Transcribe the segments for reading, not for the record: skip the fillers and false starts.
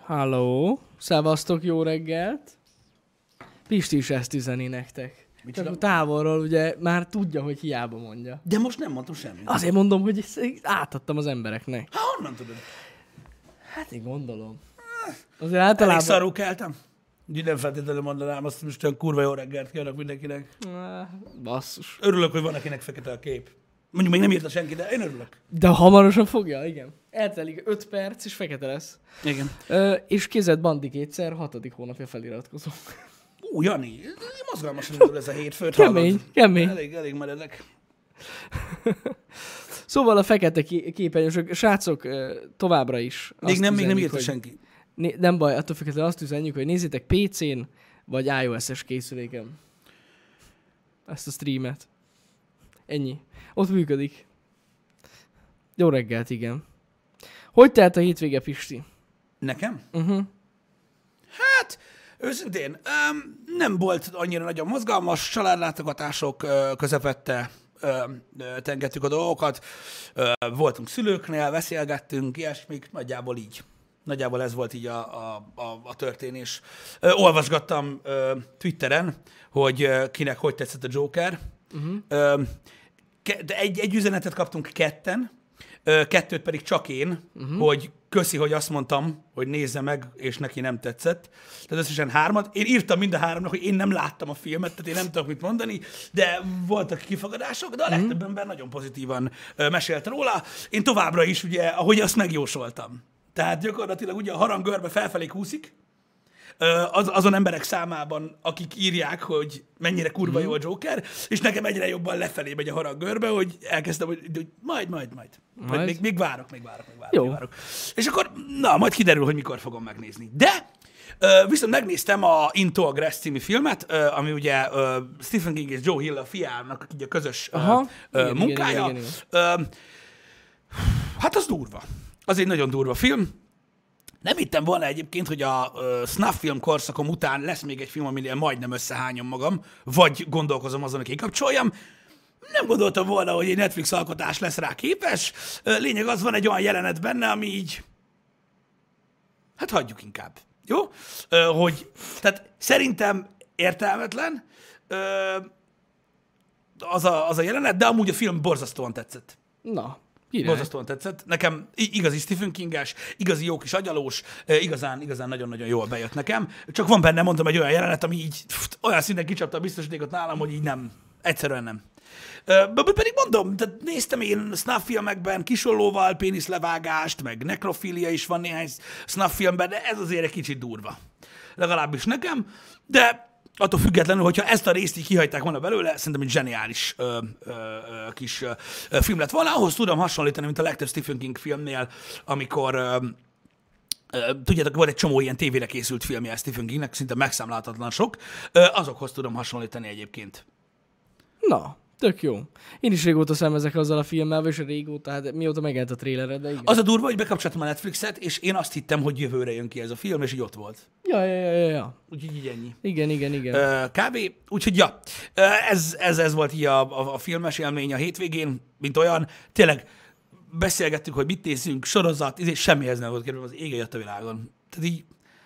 Halló, szevasztok, jó reggelt. Pisti is ezt üzeni nektek. Csak távolról ugye már tudja, hogy hiába mondja. De most nem mondtam semmit. Azért mondom, hogy ezt átadtam az embereknek. Hát honnan tudod? Hát én gondolom. Azért általában... Elég szarul keltem. Úgyhogy nem feltétlenül mondanám azt, hogy most olyan kurva jó reggelt kívánok mindenkinek. Basszus. Örülök, hogy van akinek fekete a kép. Mondjuk még nem írta senki, de én örülök. De hamarosan fogja, igen. Eltelik 5 perc, és fekete lesz. Igen. És kézed Bandi kétszer, 6. hónapja feliratkozom. Jani, mozgalmasan indul ez a hétfőt. Kemény, kemény. Elég meredek. Szóval a fekete képernyősök, srácok, továbbra is. Még nem írta hogy... senki. Nem baj, attól függetlenül azt üzenjük, hogy nézzétek PC-n, vagy iOS-es készüléken. Ezt a streamet. Ennyi. Ott működik. Jó reggelt, igen. Hogy telt a hétvége, Pisti? Nekem? Hát, őszintén, nem volt annyira nagyon mozgalmas, családlátogatások közepette tengettük a dolgokat, voltunk szülőknél, beszélgettünk, ilyesmik, nagyjából így. Nagyjából ez volt így a történés. Olvasgattam Twitteren, hogy kinek hogy tetszett a Joker. De egy üzenetet kaptunk ketten, 2 pedig csak én, hogy köszi, hogy azt mondtam, hogy nézze meg, és neki nem tetszett. Tehát összesen 3. Én írtam mind a 3-nak, hogy én nem láttam a filmet, tehát én nem tudok mit mondani, de voltak kifogadások, de a legtöbb ember nagyon pozitívan mesélt róla. Én továbbra is, ugye, ahogy azt megjósoltam. Tehát gyakorlatilag ugye a harang-görbe felfelé kúszik, azon emberek számában, akik írják, hogy mennyire kurva jó a Joker, és nekem egyre jobban lefelé megy a harang-görbe, hogy elkezdtem, hogy majd. Még várok. Jó. És akkor, majd kiderül, hogy mikor fogom megnézni. De viszont megnéztem a Into Aggress című filmet, ami ugye Stephen King és Joe Hill a fiának így a közös munkája. Igen. Hát az durva. Az egy nagyon durva film. Nem hittem volna egyébként, hogy a snuff film korszakom után lesz még egy film, aminél majdnem összehányom magam, vagy gondolkozom azon, hogy kikapcsoljam. Nem gondoltam volna, hogy egy Netflix alkotás lesz rá képes. Lényeg az, van egy olyan jelenet benne, ami így... Hát hagyjuk inkább. Jó? Tehát szerintem értelmetlen az a jelenet, de amúgy a film borzasztóan tetszett. Na. Borzasztóan tetszett. Nekem igazi Stephen King-es, igazi jó kis agyalós, igazán nagyon-nagyon jól bejött nekem. Csak van benne, mondtam, egy olyan jelenet, ami így olyan szinten kicsapta a biztosítékot nálam, hogy így nem. Egyszerűen nem. Pedig mondom, tehát néztem én snuff filmekben kisollóval péniszlevágást, meg nekrofília is van néhány snuff filmben, de ez azért egy kicsit durva. Legalábbis nekem, de attól függetlenül, hogyha ezt a részt így kihagyták volna belőle, szerintem egy zseniális kis film lett volna. Ahhoz tudom hasonlítani, mint a legtöbb Stephen King filmnél, amikor tudjátok, volt egy csomó ilyen tévére készült filmje Stephen Kingnek, szinte megszámlálhatatlan sok. Azokhoz tudom hasonlítani egyébként. Na, tök jó. Én is régóta szemezek azzal a filmmel, és régóta, hát mióta megjelent a trailered, de igen. Az a durva, hogy bekapcsoltam a Netflixet, és én azt hittem, hogy jövőre jön ki ez a film, és így ott volt. Ja. Úgyhogy így ennyi. Igen. Kb. Úgyhogy ja, ez volt így a filmes élmény a hétvégén, mint olyan. Tényleg beszélgettük, hogy mit nézzünk, sorozat, semmihez nem volt kerülve az ég egyet a világon. Tehát így...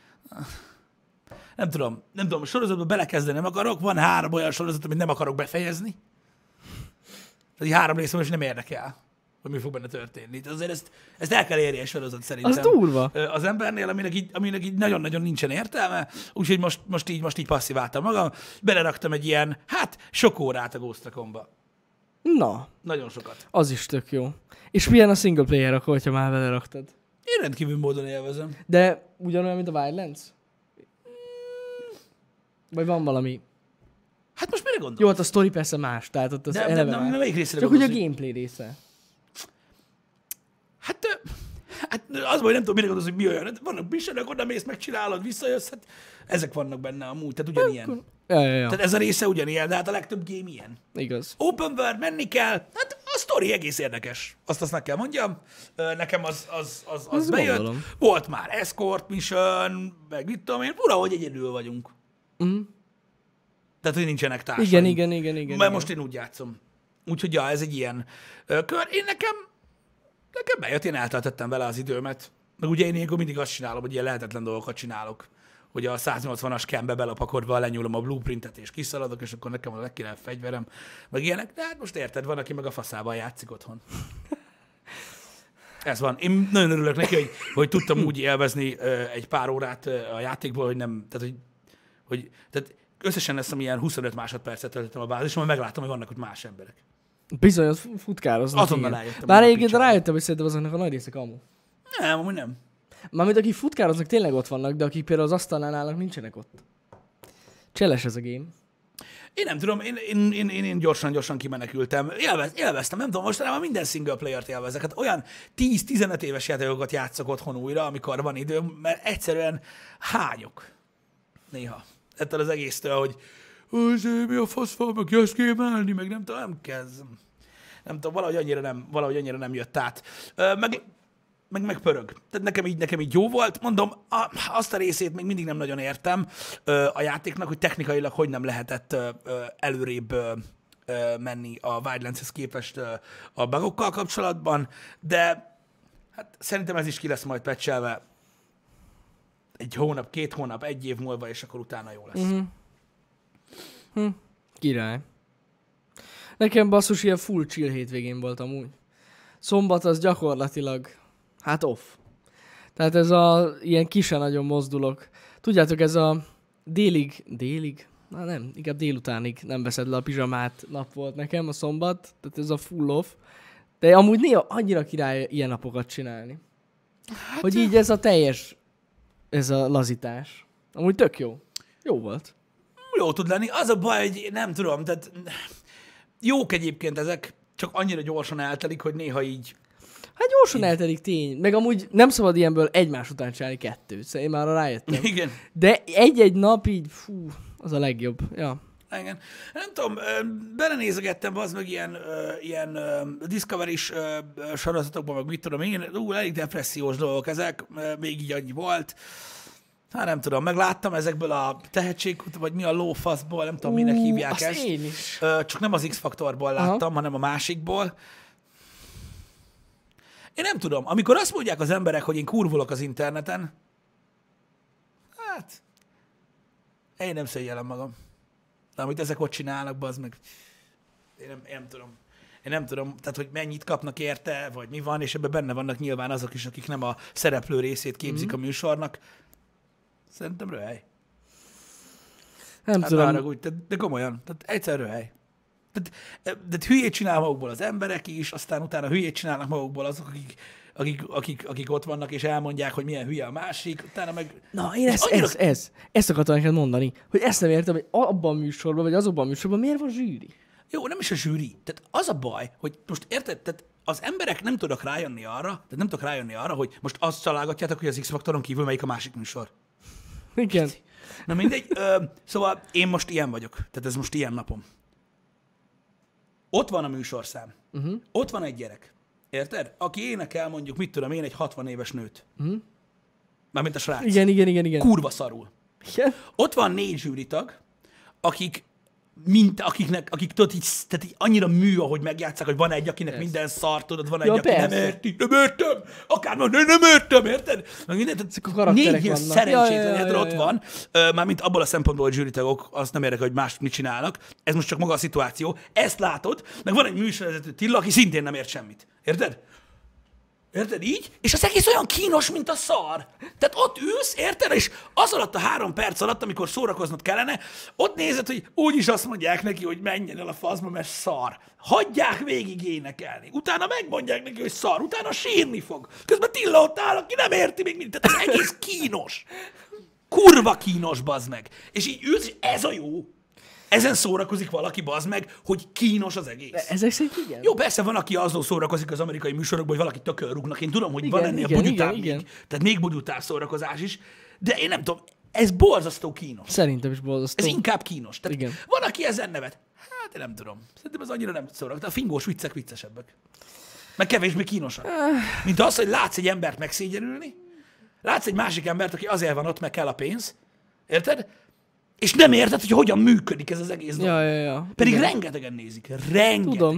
Nem tudom, a sorozatba belekezdeni nem akarok, van 3 olyan sorozat, amit nem akarok befejezni. Tehát így 3 részben is nem érdekel, hogy mi fog benne történni. Tehát azért ezt el kell érni a sorozat szerintem. Az durva. Az embernél, aminek így nagyon-nagyon nincsen értelme, úgyhogy most így passziváltam magam. Beleraktam egy ilyen, sok órát a Ghost Recon-ba. Na. Nagyon sokat. Az is tök jó. És milyen a single player akkor, hogyha már vele raktad? Én rendkívül módon élvezem. De ugyanolyan, mint a Wildlands? Vagy van valami? Hát most mire gondolsz? Jó, hát a story persze más, tehát ott az eleve más. Melyik részére csak gondolsz? hogy a gameplay része. Hát az baj, nem tudom, mire gondolsz, hogy mi olyan. Vannak missionek, oda mész, megcsinálod, visszajössz, hát ezek vannak benne amúgy, tehát ugyanilyen. Ja. Tehát ez a része ugyanilyen, de hát a legtöbb game ilyen. Igaz. Open world, menni kell, hát a sztori egész érdekes. Azt meg kell mondjam. Nekem az bejött. Gondolom. Volt már escort mission, meg mit tudom én, fura, hogy egyedül vagyunk. Tehát, hogy nincsenek társaim. Igen. Mert most én úgy játszom. Úgyhogy ja, ez egy ilyen kör. Nekem bejött, én eltöltöttem vele az időmet. Meg ugye én ilyenkor mindig azt csinálom, hogy ilyen lehetetlen dolgokat csinálok. Hogy a 180-as kembe belapakodva lenyúlom a blueprintet és kiszaladok, és akkor nekem a legkirályabb fegyverem, meg ilyenek. De hát most érted, van, aki meg a faszával játszik otthon. Ez van. Én nagyon örülök neki, hogy tudtam úgy élvezni egy pár órát a játékból, hogy nem, tehát összesen lesz, ilyen 25 másodpercet töltöttem a bázison, mert meglátom, hogy vannak ott más emberek. Bizony, ott futkároznak. Azonnal rájöttem. Bár egyébként rájöttem, hogy szerintem azoknak a nagy része kamu. Nem, amúgy nem. Mármint akik futkároznak, tényleg ott vannak, de akik például az asztalnál állnak, nincsenek ott. Cseles ez a game. Én nem tudom, én gyorsan kimenekültem. Élveztem, nem tudom, mostanában minden single player-t élvezek. Hát olyan 10-15 éves játékokat játszok otthon újra, amikor van időm, mert egyszerűen hányok. Néha. Ettől az egésztől, hogy mi a faszfal, meg jössz kémelni, meg nem tudom, nem kezd. Nem tudom, valahogy annyira nem jött át. Meg pörög. Tehát nekem így jó volt. Mondom, azt a részét még mindig nem nagyon értem a játéknak, hogy technikailag hogy nem lehetett előrébb menni a Wildlands-hez képest a bugokkal kapcsolatban, de hát szerintem ez is ki lesz majd patchelve egy hónap, 2 hónap, 1 év múlva, és akkor utána jó lesz. Mm-hmm. Király. Nekem basszus ilyen full chill hétvégén volt amúgy. Szombat az gyakorlatilag hát off. Tehát ez ilyen kise nagyon mozdulok. Tudjátok, ez a délig, nem, inkább délutánig nem veszed le a pizsamát nap volt nekem a szombat, tehát ez a full off. De amúgy néha annyira király ilyen napokat csinálni. Hát, hogy így ez a lazítás. Amúgy tök jó. Jó volt. Jó tud lenni. Az a baj, hogy nem tudom, tehát jók egyébként ezek, csak annyira gyorsan eltelik, hogy néha így. Hát gyorsan eltelik tény. Meg amúgy nem szabad ilyenből egymás után csinálni 2. Szóval én már rájöttem. Igen. De egy nap így, az a legjobb. Ja. Igen. Nem tudom, belenézegettem az meg ilyen Discovery-s sorozatokban, meg mit tudom én, elég depressziós dolgok ezek, még így annyi volt. Hát nem tudom, megláttam ezekből a tehetségkut, vagy mi a lófaszból, nem tudom, minek hívják ezt. Én is. Csak nem az X-faktorból láttam, hanem a másikból. Én nem tudom, amikor azt mondják az emberek, hogy én kurvolok az interneten, hát én nem szégyellem magam. De amit ezek ott csinálnak, bazd meg, én nem tudom. Én nem tudom, tehát hogy mennyit kapnak érte, vagy mi van, és ebben benne vannak nyilván azok is, akik nem a szereplő részét képzik a műsornak. Szerintem röhely. Nem tudom. Úgy, de komolyan, tehát egyszer röhely. Tehát hülyét csinál magukból az emberek is, aztán utána hülyét csinálnak magukból azok, akik ott vannak, és elmondják, hogy milyen hülye a másik, utána meg... Na, én ezt akartam neked mondani, hogy ezt nem értem, hogy abban a műsorban, vagy azokban a műsorban miért van zsűri? Jó, nem is a zsűri. Tehát az a baj, hogy most érted, tehát az emberek nem tudnak rájönni arra, hogy most azt találgatjátok, hogy az X-faktoron kívül melyik a másik műsor. Igen. Na mindegy, szóval én most ilyen vagyok, tehát ez most ilyen napom. Ott van a műsorszám. Ott van egy gyerek. Érted? Aki énekel mondjuk, mit tudom én, egy 60 éves nőt. Mármint a srác. Igen. Kurva szarul. Igen. Ott van 4 zsűritag, akik tudod, így annyira mű, ahogy megjátszák, hogy van egy, akinek minden szar, tudod, van egy, aki nem értem, akár nem értem, érted? Meg minden, tehát 4 ilyen szerencsétlen ott van, mármint abból a szempontból, hogy zsűritagok, azt nem érdekel, hogy más mit csinálnak, ez most csak maga a szituáció, ezt látod, meg van egy műsorvezető Tilla, aki szintén nem ért semmit, érted? Érted így? És az egész olyan kínos, mint a szar. Tehát ott ülsz, érted? És az alatt a 3 perc alatt, amikor szórakoznod kellene, ott nézed, hogy úgyis azt mondják neki, hogy menjen el a faszba, mert szar. Hagyják végig énekelni. Utána megmondják neki, hogy szar. Utána sírni fog. Közben Tilla ott áll, aki nem érti még mindent. Tehát ez egész kínos. Kurva kínos, bazd meg. És így ülsz, és ez a jó. Ezen szórakozik valaki, bazd meg, hogy kínos az egész. De ezek szerint igen. Jó, persze van, aki azon szórakozik az amerikai műsorokban, hogy valaki tökön rúgnak. Én tudom, hogy van ennél bugyutább még. Tehát még bugyutább szórakozás is. De én nem tudom, ez borzasztó kínos. Szerintem is borzasztó. Ez inkább kínos. Tehát igen. Van, aki ezen nevet. Hát én nem tudom. Szerintem ez annyira nem szórakoztató. A fingós viccek viccesebbek. Meg kevésbé kínosak. Mint az, hogy látsz egy embert megszégyenülni, látsz egy másik embert, aki azért van ott, meg kell a pénz. Érted? És nem érted, hogy hogyan működik ez az egész dolog. Ja. Pedig igen. rengetegen nézik. Rengetegen.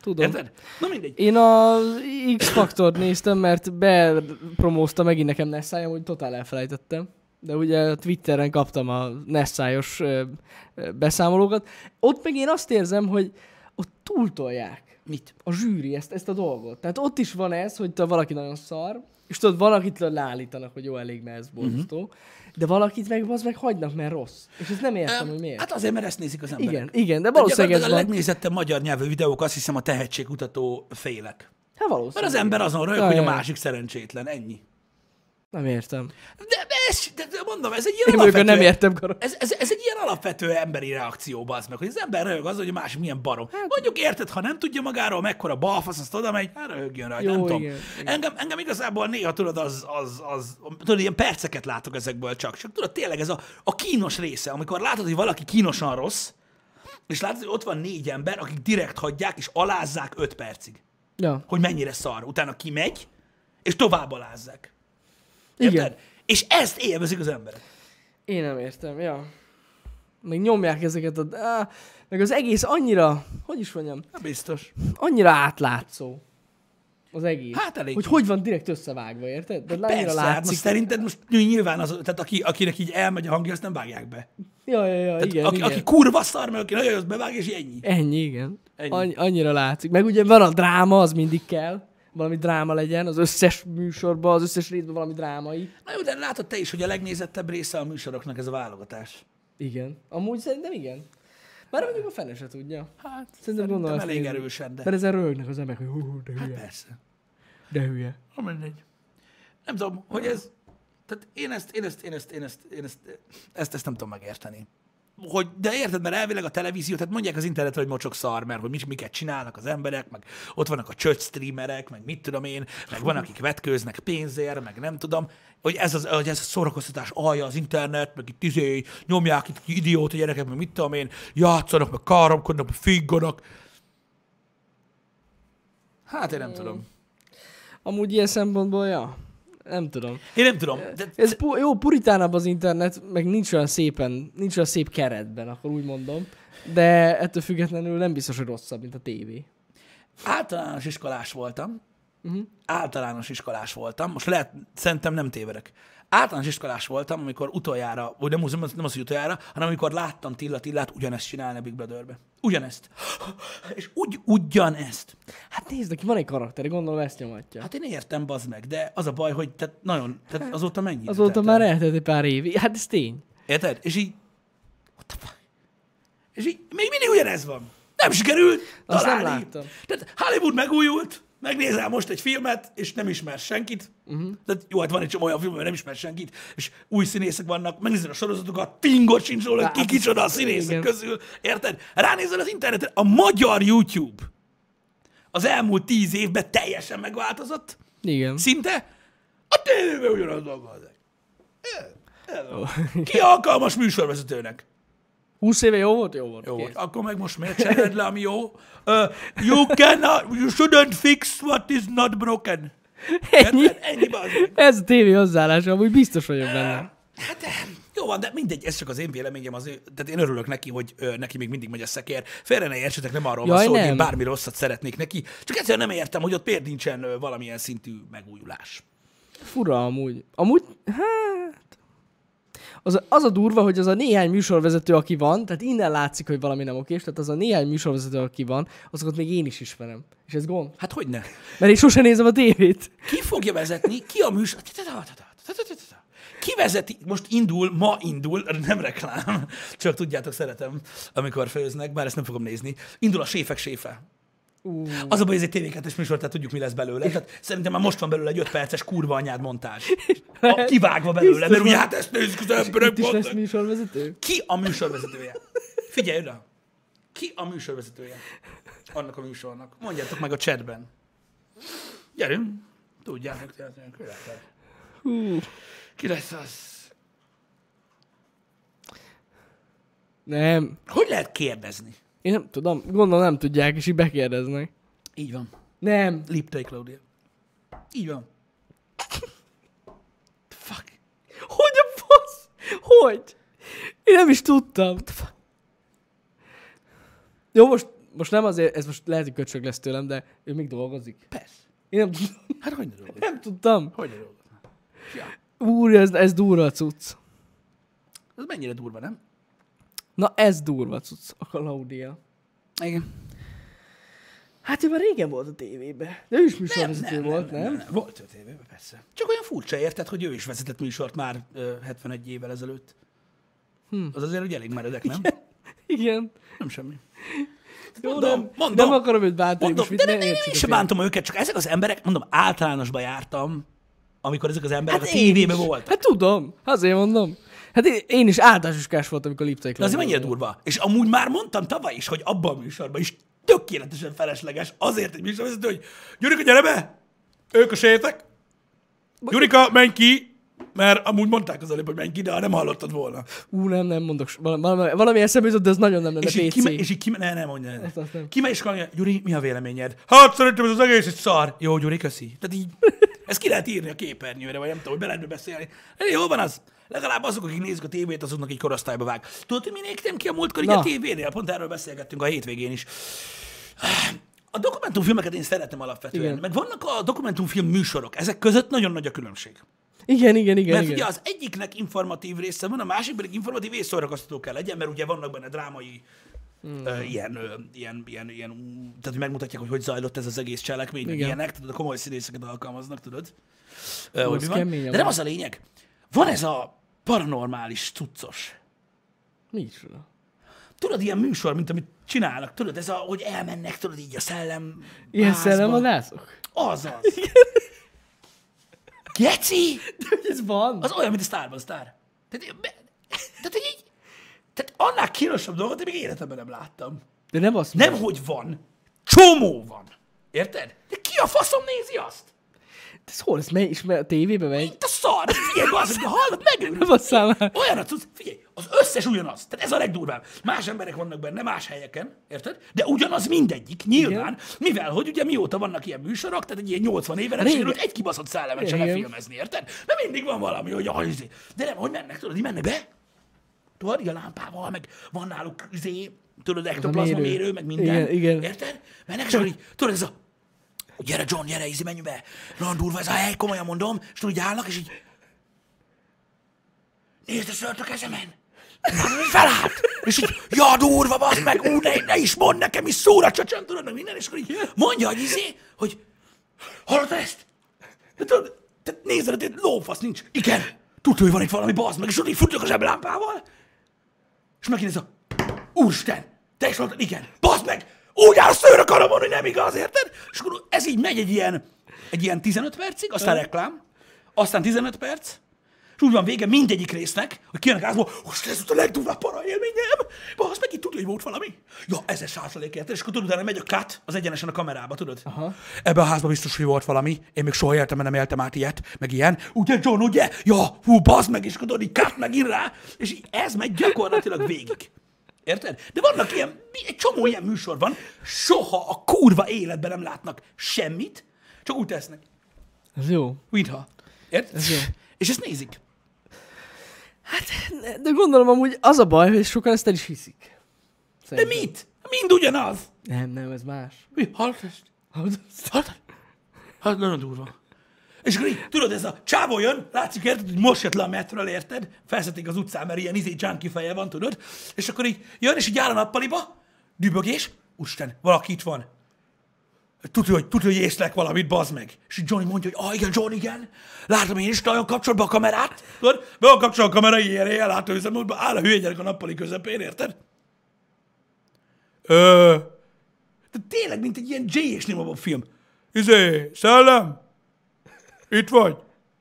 tudom. Érted? Na mindegy. Én a X-faktort néztem, mert bepromózta megint nekem Nessájom, hogy totál elfelejtettem. De ugye Twitteren kaptam a Nessájos beszámolókat. Ott meg én azt érzem, hogy ott túltolják Mit? a zsűri ezt a dolgot. Tehát ott is van ez, hogy valaki nagyon szar, és tudod, valakit leállítanak, hogy jó, elég, mert ez borzasztó. De valakit meg az meg hagynak, mert rossz. És ezt nem értem, hogy miért. Hát azért, mert ezt nézik az emberek. Igen, de valószínűleg ez a van. legnézettebb magyar nyelvű videók azt hiszem a tehetségkutató félek. Hát valószínűleg. Mert az ember azon röhög, hogy a másik szerencsétlen. Ennyi. Nem értem. De mondom, ez egy ilyen Én alapvető... nem értem, Karo. Ez egy ilyen alapvető emberi reakció, bazd meg, hogy az ember röhög az, hogy a másik milyen barom. Hát, mondjuk érted, ha nem tudja magáról, mekkora balfasz, azt oda megy, hát röhögjön rajta, Jó, nem tudom. igen. Engem igazából néha tudod, tudod, ilyen perceket látok ezekből csak tudod, tényleg ez a kínos része, amikor látod, hogy valaki kínosan rossz, és látod, hogy ott van 4 ember, akik direkt hagyják, és alázzák 5 percig. Ja. Hogy mennyire szar. Utána kimegy, és tovább alázzák. Igen. Érted? És ezt élvezik az emberek. Én nem értem, ja. Még nyomják ezeket meg az egész annyira, hogy is mondjam, Hát biztos. annyira átlátszó. Az egész. Hát elég. Hogy van direkt összevágva, érted? De annyira Persze, hát látszik. most szerinted most nyilván az, tehát akinek így elmegy a hangja, azt nem vágják be. Ja, Tehát igen, aki, igen. aki kurva szar, meg aki nagyon azt bevág, és ennyi. Ennyi, igen. Ennyi. Annyira látszik. Meg ugye van a dráma, az mindig kell. Valami dráma legyen, az összes műsorban, az összes részben valami drámai. Na jó, de látod te is, hogy a legnézettebb része a műsoroknak ez a válogatás. Igen. Amúgy szerintem igen. Már mondjuk a fene se tudja. Hát, Szerintem gondolom ezt elég nézni. erősen, de Mert ezen röhögnek az emberek, hogy de hát hülye. persze. De hülye. Ha mindegy. Nem tudom, hogy ez... Tehát ezt nem tudom megérteni. De érted, mert elvileg a televízió, tehát mondják az internetre, hogy mocsok szar, mert hogy miket csinálnak az emberek, meg ott vannak a csöcs streamerek, meg mit tudom én, meg van, akik vetkőznek pénzért, meg nem tudom, hogy ez a szórakoztatás alja az internet, meg itt nyomják itt idióta gyerekek, meg mit tudom én, játszanak, meg káromkodnak, meg figganak. Hát én nem tudom. Amúgy ilyen szempontból, ja. Nem tudom. Én nem tudom. De... Ez jó, puritánabb az internet, meg nincs olyan szép keretben, akkor úgy mondom. De ettől függetlenül nem biztos, hogy rosszabb, mint a tévé. Általános iskolás voltam. Általános iskolás voltam. Most lehet, szerintem nem tévedek. Általános iskolás voltam, amikor utoljára, vagy nem az, hogy utoljára, hanem amikor láttam Tillát ugyanezt csinálni a Big Brotherbe. Ugyanezt. És ugyanezt. Hát nézd, neki van egy karakter, gondolom ezt nyomatja. Hát én értem, bazd meg, de az a baj, hogy tehát azóta mennyi? Azóta már eltelt egy pár évi. Hát ez tény. Érted? És így... What the fuck? És így még mindig ugyanez van. Nem sikerült Azt nem találni. láttam. Tehát Hollywood megújult, megnézel most egy filmet, és nem ismer senkit. Tehát jó, hát van egy csomó olyan film, hogy nem ismer senkit, és új színészek vannak, megnézel a sorozatokat, pingot sincs róla, ki kicsoda a színészek igen. közül. Érted? Ránézel az internetre, a magyar YouTube az elmúlt 10 évben teljesen megváltozott. Igen. Szinte a tévében ugyanaz dolgozik. Ki alkalmas műsorvezetőnek? 20 éve jó volt? Jó volt. Jó Kész. volt. Akkor meg most miért cseréld le, ami jó? You shouldn't fix what is not broken. Ennyi. Ennyi bazd. Ez a tévé hozzáállása, amúgy biztos vagyok benne. Hát jó van, de mindegy, ez csak az én véleményem, tehát én örülök neki, hogy neki még mindig megy a szekér. Félre ne értsetek, nem arról van Jaj, szó, hogy én nem. bármi rosszat szeretnék neki, csak egyszerűen nem értem, hogy ott miért nincsen valamilyen szintű megújulás. Fura amúgy. Amúgy, hát... Az a durva, hogy az a néhány műsorvezető, aki van, tehát innen látszik, hogy valami nem okés, tehát az a néhány műsorvezető, aki van, azokat még én is ismerem. És ez gond. Hát hogy ne? Mert én sosem nézem a tévét. Ki fogja vezetni? Ki a műsor? Ki vezeti? Most ma indul, nem reklám, csak tudjátok, szeretem, amikor főznek, bár ezt nem fogom nézni. Indul a Séfek séfe. Az a baj, ez egy TV2-es műsor, tehát tudjuk, mi lesz belőle. Tehát szerintem már most van belőle egy 5 perces kurva anyád montázs. Kivágva belőle, mert ugye hát ezt nézzük az emberek. Itt is lesz mondnak. műsorvezető? Ki a műsorvezetője? Figyelj oda! Ki a műsorvezetője? Annak a műsornak. Mondjátok meg a chatben. Gyerünk! Tudjátok, ki lesz az? Nem. Hogy lehet kérdezni? Én nem tudom. Gondolom nem tudják, és így bekérdeznek. Így van. Nem. Liptai Klaudia. Így van. Fuck. Hogy a fasz? Hogy? Én nem is tudtam. Jó, most most nem azért, ez most lehet, hogy köcsög lesz tőlem, de ő még dolgozik. Persze. Én nem tudom. Hát hogy ne dolgozik? Nem tudtam. Hogy ne dolgozik? Ja. Úr, ez durva a cucc. Ez mennyire durva, nem? Na ez durva cucc, a Claudia. Igen. Hát ő már régen volt a tévében. De ő is műsorvezető volt, nem? Volt a tévében, persze. Csak olyan furcsa érted, hogy ő is vezetett műsort már 71 évvel ezelőtt. Az azért, hogy elég meredek, nem? Igen. Nem semmi. Jó, Mondom. nem akarom őt bántani. Mondom, Most de én sem bántom őket, csak ezek az emberek, mondom, általánosba jártam, amikor ezek az emberek a tévében voltak. Hát tudom, azért mondom. Hát én is általános iskás voltam, amikor Liptai De azért mennyire durva. És amúgy már mondtam tavaly is, hogy abban a műsorban is tökéletesen felesleges azért egy műsorvezető, hogy Gyurika, gyere be! Ők a sétek! Gyurika, menj ki! Mert amúgy mondták az előbb, hogy menj ki, de nem hallottad volna. Nem mondok. Valami eszembe jutott, de ez nagyon nem lenne PC. És így kime, ne mondja. nem. Kime is mondja, Gyuri, mi a véleményed? Hát szerintem ez az egész egy szar. Jó, Gyuri, köszi. Tehát így, ezt ki lehet írni a képernyőre, vagy nem tudom, hogy be lehet beszélni. Jó van az. Legalább azok, akik nézik a tévét, azoknak egy korosztályba vág. Tudod, hogy mi néztem ki a múltkor így a tévénél? Pont erről beszélgettünk a hétvégén is. A dokumentumfilmeket én szeretem alapvetően. Igen. Meg vannak a dokumentumfilm műsorok. Ezek között nagyon nagy a különbség. Igen. Mert ugye az egyiknek informatív része van, a másik pedig informatív és szórakoztató kell legyen, mert ugye vannak benne drámai ilyen, tehát hogy megmutatják, hogy zajlott ez az egész cselekmény, meg ilyenek, tudod, a komoly színészeket alkalmaznak, tudod. Hogy mi van. De nem az a lényeg. Van ez a paranormális cuccos. Mi is oda? Tudod, ilyen műsor, mint amit csinálnak, tudod, ez a, hogy elmennek, tudod, így a szellem ilyen házba. szellemvadászok? Azaz. Geci? De ez van? Az olyan, mint a Star Wars Star. Tehát annál kínosabb dolgot én még életemben nem láttam. De nem azt Nem, hogy van. Csomó van. Érted? De ki a faszom nézi azt? De ez hol? Ez megy, és a tévébe megy? Itt a szar. Figyelj, az, hogy hallod, megőrülsz. Nem azt számára. Olyan a cucc, figyelj, az összes ugyanaz. Tehát ez a legdurvább. Más emberek vannak benne, más helyeken, érted? De ugyanaz mindegyik, nyilván, igen. Mivel, hogy ugye mióta vannak ilyen műsorok, tehát egy ilyen 80 éve nem sikerült egy kibaszott szellemet sem lefilmezni, érted? De mindig van valami, hogy de nem, hogy mennek, tudod, így mennek be, tudod, ilyen lámpával, meg van náluk tudod, ektoplazma mérő, meg minden, igen. érted? Mennek, és akkor így, tudod, ez a gyere John, gyere, menjünk be, nagyon durva ez a hely, komolyan mondom, és tudod, így állnak, és így nézd a szört a kezemen! Felállt! És így, ja, durva, bazd meg, ne is mondd nekem, is szóra csacsan, tudod, meg minden, és akkor így mondja, hogy hogy hallottad ezt? De tudod, te nézd, hogy lófasz nincs. Igen, tudod, hogy van itt valami, bazd meg, és ott így futjuk a zseblámpával. És megint ez a, úristen, te is mondtad, igen, bazd meg, úgy áll a szőr a karamon, hogy nem igaz, érted? És akkor ez így megy egy ilyen 15 percig, aztán reklám, aztán 15 perc, és úgy van vége mindegyik résznek, hogy kijönnek házból, most ez a legdurvább para élményem, azt meg itt tudja, hogy volt valami. Ja, 1000% érted, és akkor tudod, utána megy a cut, az egyenesen a kamerába, tudod? Aha. Ebben a házban biztos, hogy volt valami, én még soha életemben nem éltem át ilyet, meg ilyen. Ugye, John, ugye? Ja, bazd meg, és akkor tudod, így cut megint rá, és így ez megy gyakorlatilag végig. Érted? De vannak ilyen, egy csomó ilyen műsor van, soha a kurva életben nem látnak semmit, csak úgy tesznek. Ez jó. Mintha. Érted? Ez jó. És ezt nézik. Hát, de gondolom amúgy az a baj, hogy sokan ezt el is hiszik. Szerintem. De mit? Mind ugyanaz. Nem, ez más. Mi? Hallod ezt? Hallod? Hát nagyon durva. És akkor így, tudod, ez a csávó jön, látszik, érted, hogy most jött le a metről, érted? Felszették az utcán, mert ilyen junkie feje van, tudod? És akkor így jön, és így áll a nappaliba, dübögés, úristen, valaki itt van. Tudja, hogy észlek valamit, bazd meg. És így Johnny mondja, hogy igen, John, igen. Látom én is, nagyon kapcsolat be a kamerát. Tudod? Be a kapcsolat a kamera, ilyen látom, hogy áll a hülye gyerek a nappali közepén, érted? De tényleg, mint egy ilyen J. és Nimobob film. Szellem? Itt vagy?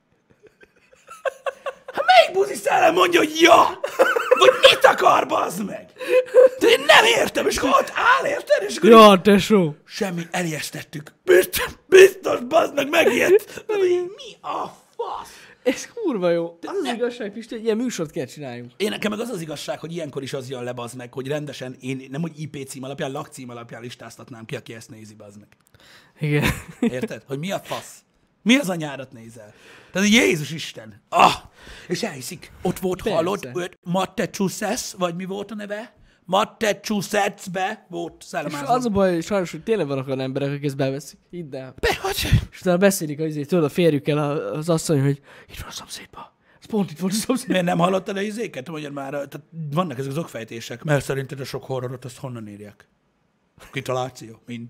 Hát melyik buzi szellem mondja, hogy ja? Vagy mit akar, bazd meg? De én nem értem, és akkor ott áll, érted? És akkor ja, tesó. Semmi, elijesztettük. Biztos, bazd meg, megijedt. Mi a fasz? Ez kurva jó. Az az igazság, Pisti, hogy ilyen műsort kell csináljunk. Én nekem meg az az igazság, hogy ilyenkor is az jön le, bazd meg, hogy rendesen, én nem hogy IP cím alapján, lakcím alapján listáztatnám ki, aki ezt nézi, bazd meg. Igen. Érted? Hogy mi a fasz? Mi az anyárat nézel? Tehát Jézus Isten. És elhiszik. Ott volt, hallott, Matthew vagy mi volt a neve? Massachusettsbe volt És szellemázom. az a baj, sajnos, hogy tényleg vannak olyan emberek, akik ezt beveszik. Hidd el. Hogy? És utána beszélik tudod, a férjükkel az asszony, hogy itt van a szomszédban. Ez pont itt volt a szomszédban. Miért nem hallottad a izéket? Mondjad már, tehát vannak ezek az okfejtések. Mert szerinted a sok horrorot azt honnan írják? Kitaláció? Mind.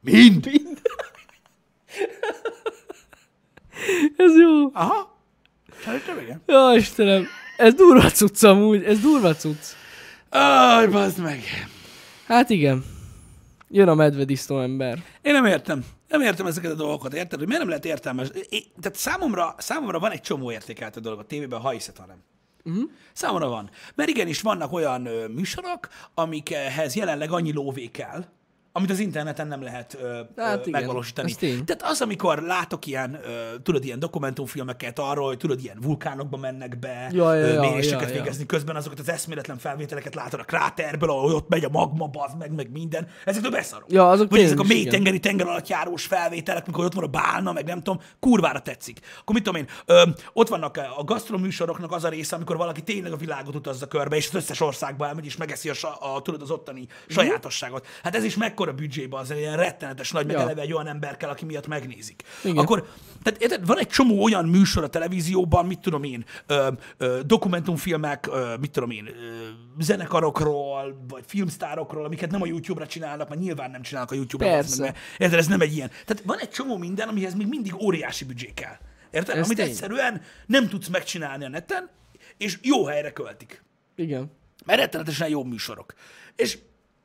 Ez jó. Aha. Szerintem igen. Ja, Istenem. Ez durva cucc amúgy. Ez durva cucc. Aj, bazd meg. Hát igen. Jön a medvedisznó ember. Én nem értem. Nem értem ezeket a dolgokat, érted? Hogy miért nem lehet értelmes? Tehát számomra van egy csomó értékeltő dolog a tévében, ha hiszed, ha nem. Számomra van. Mert igenis vannak olyan műsorok, amikhez jelenleg annyi lóvé kell, amit az interneten nem lehet Hát igen, megvalósítani. ez tény. Tehát az, amikor látok ilyen, tudod, ilyen dokumentumfilmeket arról, hogy tudod, ilyen vulkánokba mennek be, méréseket végezni, közben azokat az eszméletlen felvételeket látod a kráterből, ahol ott megy a magma, bazd meg minden. Ezektől beszarok. Ja, azok vagy ezek a tényleg is, mélytengeri tengeralattjárós felvételek, amikor ott van a bálna, meg nem tudom, kurvára tetszik. Akkor mit tudom én, ott vannak a gasztroműsoroknak az a része, amikor valaki tényleg a világot utazza körbe, és az összes országba elmegy, és megeszi tudod, az ottani sajátosságot. Hát ez is mekkora büdzsébe az ilyen rettenetes nagy, meg eleve egy olyan ember kell, aki miatt megnézik. Igen. Akkor, tehát érted, van egy csomó olyan műsor a televízióban, mit tudom én, dokumentumfilmek, mit tudom én, zenekarokról, vagy filmsztárokról, amiket nem a YouTube-ra csinálnak, mert nyilván nem csinálnak a YouTube-ra. Persze. Érted, ez nem egy ilyen. Tehát van egy csomó minden, amihez még mindig óriási büdzsé kell. Érted? Ez Amit tény. egyszerűen nem tudsz megcsinálni a neten, és jó helyre költik. Igen. Mert rettenetesen jó műsorok. És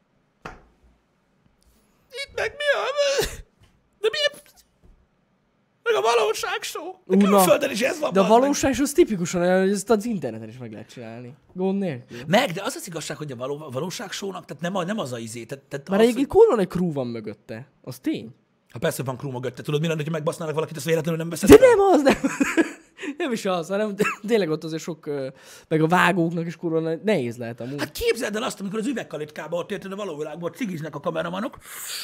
itt meg mi a... De mi... Meg a valóság show. De külföldön is ez van. De a bazd meg. valóság az tipikusan olyan, hogy ezt az interneten is meg lehet csinálni. Gond nélkül. Meg, de az az igazság, hogy a valóság show-nak, tehát nem az a izé. Tehát Már az, egyébként kurva nagy crew van mögötte. Az tény. ha persze van crew mögötte, tudod, mi lenne, hogyha megbasznának valakit, azt véletlenül nem veszed De fel? nem az, nem. Nem is az, hanem tényleg ott azért sok, meg a vágóknak is kurva nehéz lehet amúgy. Hát képzeld el azt, amikor az üvegkalitkába ott érted a való világban, ott cigiznek a kameramanok.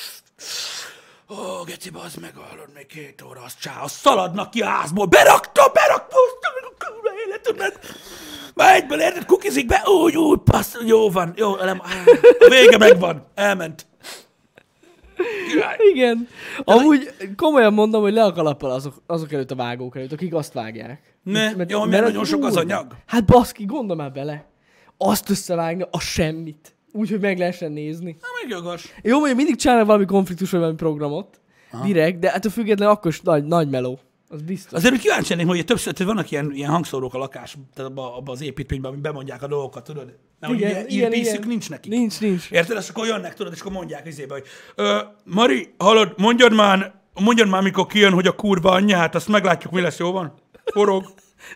Ó, geci, bazd meg, hallod, még 2 óra, az csá, azt szaladnak ki a házból, berakta meg a kurva életünknek. Már egyből érted, kukizik be, úgy, passz, jó van, jó, nem, a vége megvan, elment. Király. Igen. Amúgy komolyan mondom, hogy le a kalappal azok előtt a vágók előtt, akik azt vágják. Mert nagyon sok az anyag. Hát baszki, gondolj már bele. Azt összevágni, a semmit. Úgy, hogy meg lehessen nézni. Na, még jogos. Jó, mondjuk mindig csinálnak valami konfliktus, vagy valami programot. Aha. Direkt, de hát a függetlenül akkor is nagy meló. Az biztos. Azért úgy kíváncsi lennék, hogy többször vannak ilyen hangszórók a lakás, tehát abban az építményben, ami bemondják a dolgokat, tudod? Nem, hogy ilyen piszük nincs nekik. Nincs. Érted? És akkor jönnek, tudod, és akkor mondják izébe, hogy Mari, hallod, mondjad már, mikor kijön, hogy a kurva anyja, hát azt meglátjuk, mi lesz, jó van? Forog.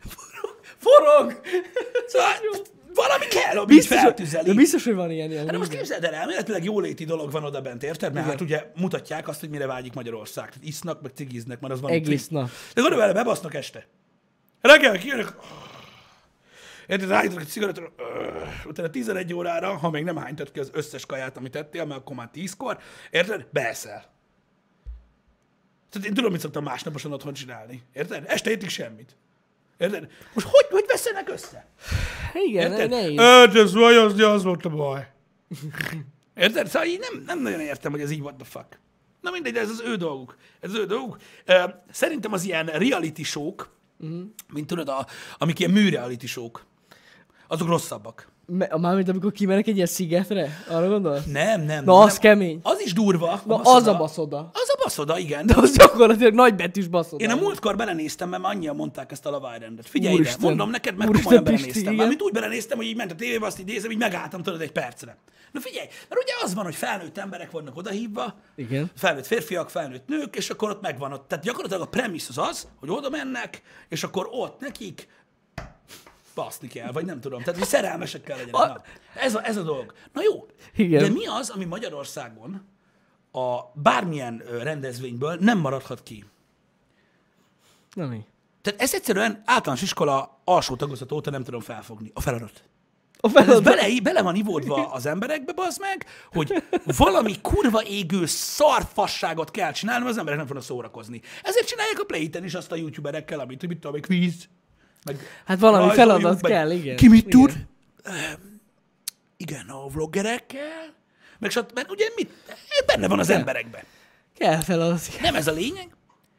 Szóval, valami kell, amit Biztos, feltüzeli. de biztos, hogy van ilyen. Hát de most képzeld el, elméletileg jóléti dolog van oda bent, érted? Mert hát ugye mutatják azt, hogy mire vágyik Magyarország. Tehát isznak, meg cigiznek, mert az van. Egész nap. De gondolj vele, bebasznak este. Reggel kijönnek, érted, rájönnek egy cigarettára, utána 11 órára, ha még nem hánytad ki az összes kaját, amit ettél, mert akkor már 10-kor, érted, beeszel. Tehát én tudom, mit szoktam másnaposan otthon csinálni, érted? Este hétig semmit. Érted? Most hogy veszenek össze? Igen, Érted? nehéz. Ez vajazni, az volt a baj. Érted? Szóval így nem nagyon értem, hogy ez így what the fuck. Na mindegy, de ez az ő dolguk. Ez az ő dolguk. Szerintem az ilyen reality show-k, mint tudod, amik ilyen műreality show-k, azok rosszabbak. Mármint amikor kimennek egy ilyen szigetre? Arra gondolsz? Nem. Na, az kemény. Az is durva. Na, az a baszoda. Az a baszoda, igen. De az gyakorlatilag nagybetűs baszoda. Én a múltkor belenéztem, mert annyian mondták ezt a Love Islandet. Figyelj ide, Úristen. mondom neked, mert Úristen, komolyan Pisti, belenéztem. igen. Mármint úgy belenéztem, hogy így ment a tévébe, azt így nézem, így megálltam, tudod, egy percre. Na figyelj, mert ugye az van, hogy felnőtt emberek vannak odahívva, Igen. felnőtt férfiak, felnőtt nők, és akkor ott megvan ott. Tehát gyakorlatilag a premisz az, hogy oda mennek, és akkor ott nekik baszni kell, vagy nem tudom. Tehát, hogy szerelmesek kell legyenek. Na, ez a dolog. Na jó, Igen. de mi az, ami Magyarországon a bármilyen rendezvényből nem maradhat ki? Na mi? Tehát ez egyszerűen általános iskola alsó tagozat óta nem tudom felfogni. A feladat. A Ez feladat. bele van ivódva az emberekbe, bazd meg, hogy valami kurva égő szarfasságot kell csinálni, mert az emberek nem fognak szórakozni. Ezért csinálják a Play-ten is azt a youtuberekkel, amit, mit tudom, egy quiz. Meg Hát valami rajzoljuk, feladat meg kell, igen. Ki mit Igen. tud? Igen, a vloggerekkel, mert ugye benne van az emberekben. Kell feladat. Nem ez a lényeg.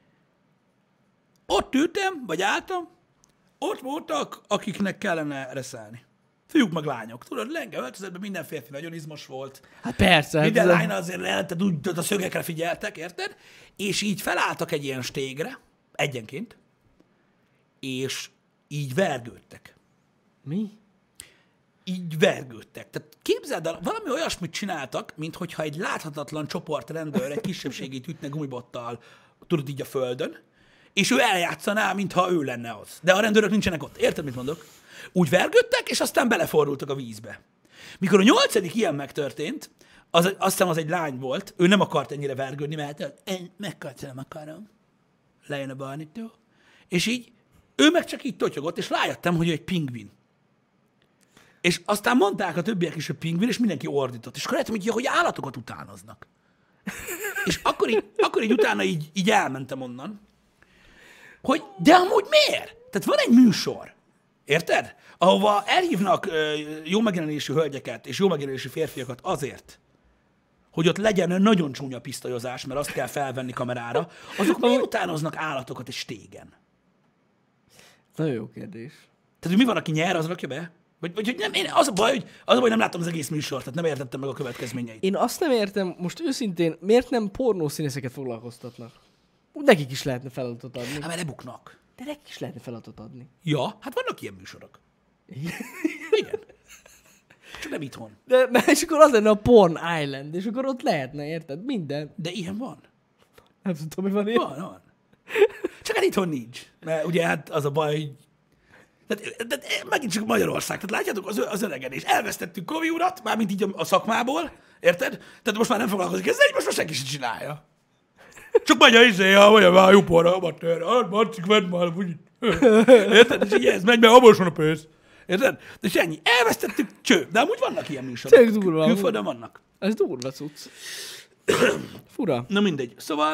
Ott ültem, vagy álltam, ott voltak, akiknek kellene reszelni. Fiúk meg lányok. Tudod, lenge öltözetben minden férfi nagyon izmos volt. Hát persze. Minden lány azért lehetett, úgy a szögekre figyeltek, érted? És így felálltak egy ilyen stégre, egyenként, és így vergődtek. Mi? Így vergődtek. Tehát képzeld el, valami olyasmit csináltak, minthogyha egy láthatatlan csoport rendőr egy kisebbségét ütne gumibottal, tudod, így a földön, és ő eljátszaná, mintha ő lenne az. De a rendőrök nincsenek ott. Érted, mit mondok? Úgy vergődtek, és aztán belefordultak a vízbe. Mikor a 8. ilyen megtörtént, azt hiszem az egy lány volt, ő nem akart ennyire vergődni, mert én nem akarom. Lejön a barnitó. És így, ő meg csak így totyogott, és rájöttem, hogy ő egy pingvin. És aztán mondták a többiek is, hogy pingvin, és mindenki ordított. És akkor rájöttem, hogy állatokat utánoznak. És akkor így utána így elmentem onnan, hogy de amúgy miért? Tehát van egy műsor, érted? Ahova elhívnak jó megjelenésű hölgyeket és jó megjelenésű férfiakat azért, hogy ott legyen nagyon csúnya pisztolyozás, mert azt kell felvenni kamerára, azok miért utánoznak állatokat és stégen? Nagyon jó kérdés. Tehát, hogy mi van, aki nyer, az rakja be? Vagy hogy nem, az a baj, hogy nem láttam az egész műsort, tehát nem értettem meg a következményeit. Én azt nem értem, most őszintén, miért nem pornószínészeket foglalkoztatnak? Úgy nekik is lehetne feladatot adni. Hát mert lebuknak. De nekik is lehetne feladatot adni. Ja, hát vannak ilyen műsorok. Igen. Csak nem itthon. És akkor az lenne a Porn Island, és akkor ott lehetne, érted? Minden. De ilyen van. Nem tudom, hogy van ilyen. Van. Csak hát itthon nincs. Mert ugye hát az a baj, hogy de megint csak Magyarország. Tehát látjátok, az öregedés. Elvesztettük Kovi urat, mármint így a szakmából, érted? Tehát most már nem foglalkozik ezzel, így most már senki sem csinálja. Csak megy a izéja, vagy a vájúporra, amatőr, Marcik, vedd már, úgy. Érted? És így ez megy, mert abban van a pénz. Érted? És ennyi. Elvesztettük, cső. De amúgy vannak ilyen műsorok. Tényleg durva. Külföldön vannak. Ez durva cucc. Fura. Na mindegy. Szóval...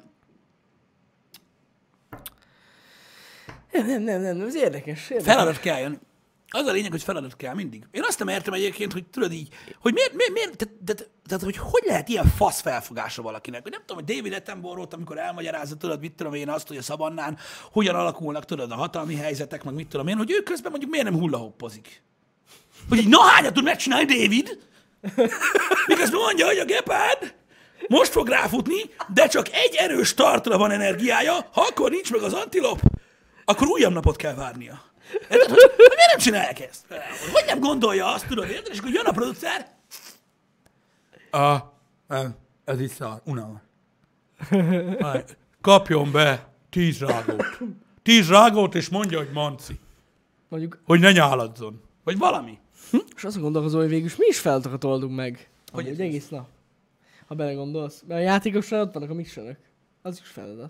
Nem, ez érdekes. Feladat kell jönni. Az a lényeg, hogy feladat kell mindig. Én azt nem értem egyébként, hogy tudod így, hogy miért tehát hogy lehet ilyen fasz felfogása valakinek. Hogy nem tudom, hogy David Attenborough-t, amikor elmagyarázza, tudod, mit tudom én azt, hogy a szavannán hogyan alakulnak, tudod, a hatalmi helyzetek, meg mit tudom én, hogy ő közben mondjuk miért nem hullahoppozik. Hogy így, na hányat tud megcsinálni David? Miközben mondja, hogy a gepárd most fog ráfutni, de csak egy erős startra van energiája, ha akkor nincs meg az antilop, akkor újabb napot kell várnia. Érted, hogy miért nem csinálják ezt? Hogy nem gondolja azt, tudod, érted? És akkor jön a producer. Ez itt szar, unalmas. Kapjon be 10 rágót. 10 rágót, és mondja, hogy Manci. Mondjuk, Hogy ne nyáladzon. Vagy valami. és azt gondolkozom, hogy végül mi is feladatokat oldunk meg. Hogy Hogy ez egy egész nap. Ha belegondolsz. Mert a játékosnál ott vannak a missionök. Az is feladat.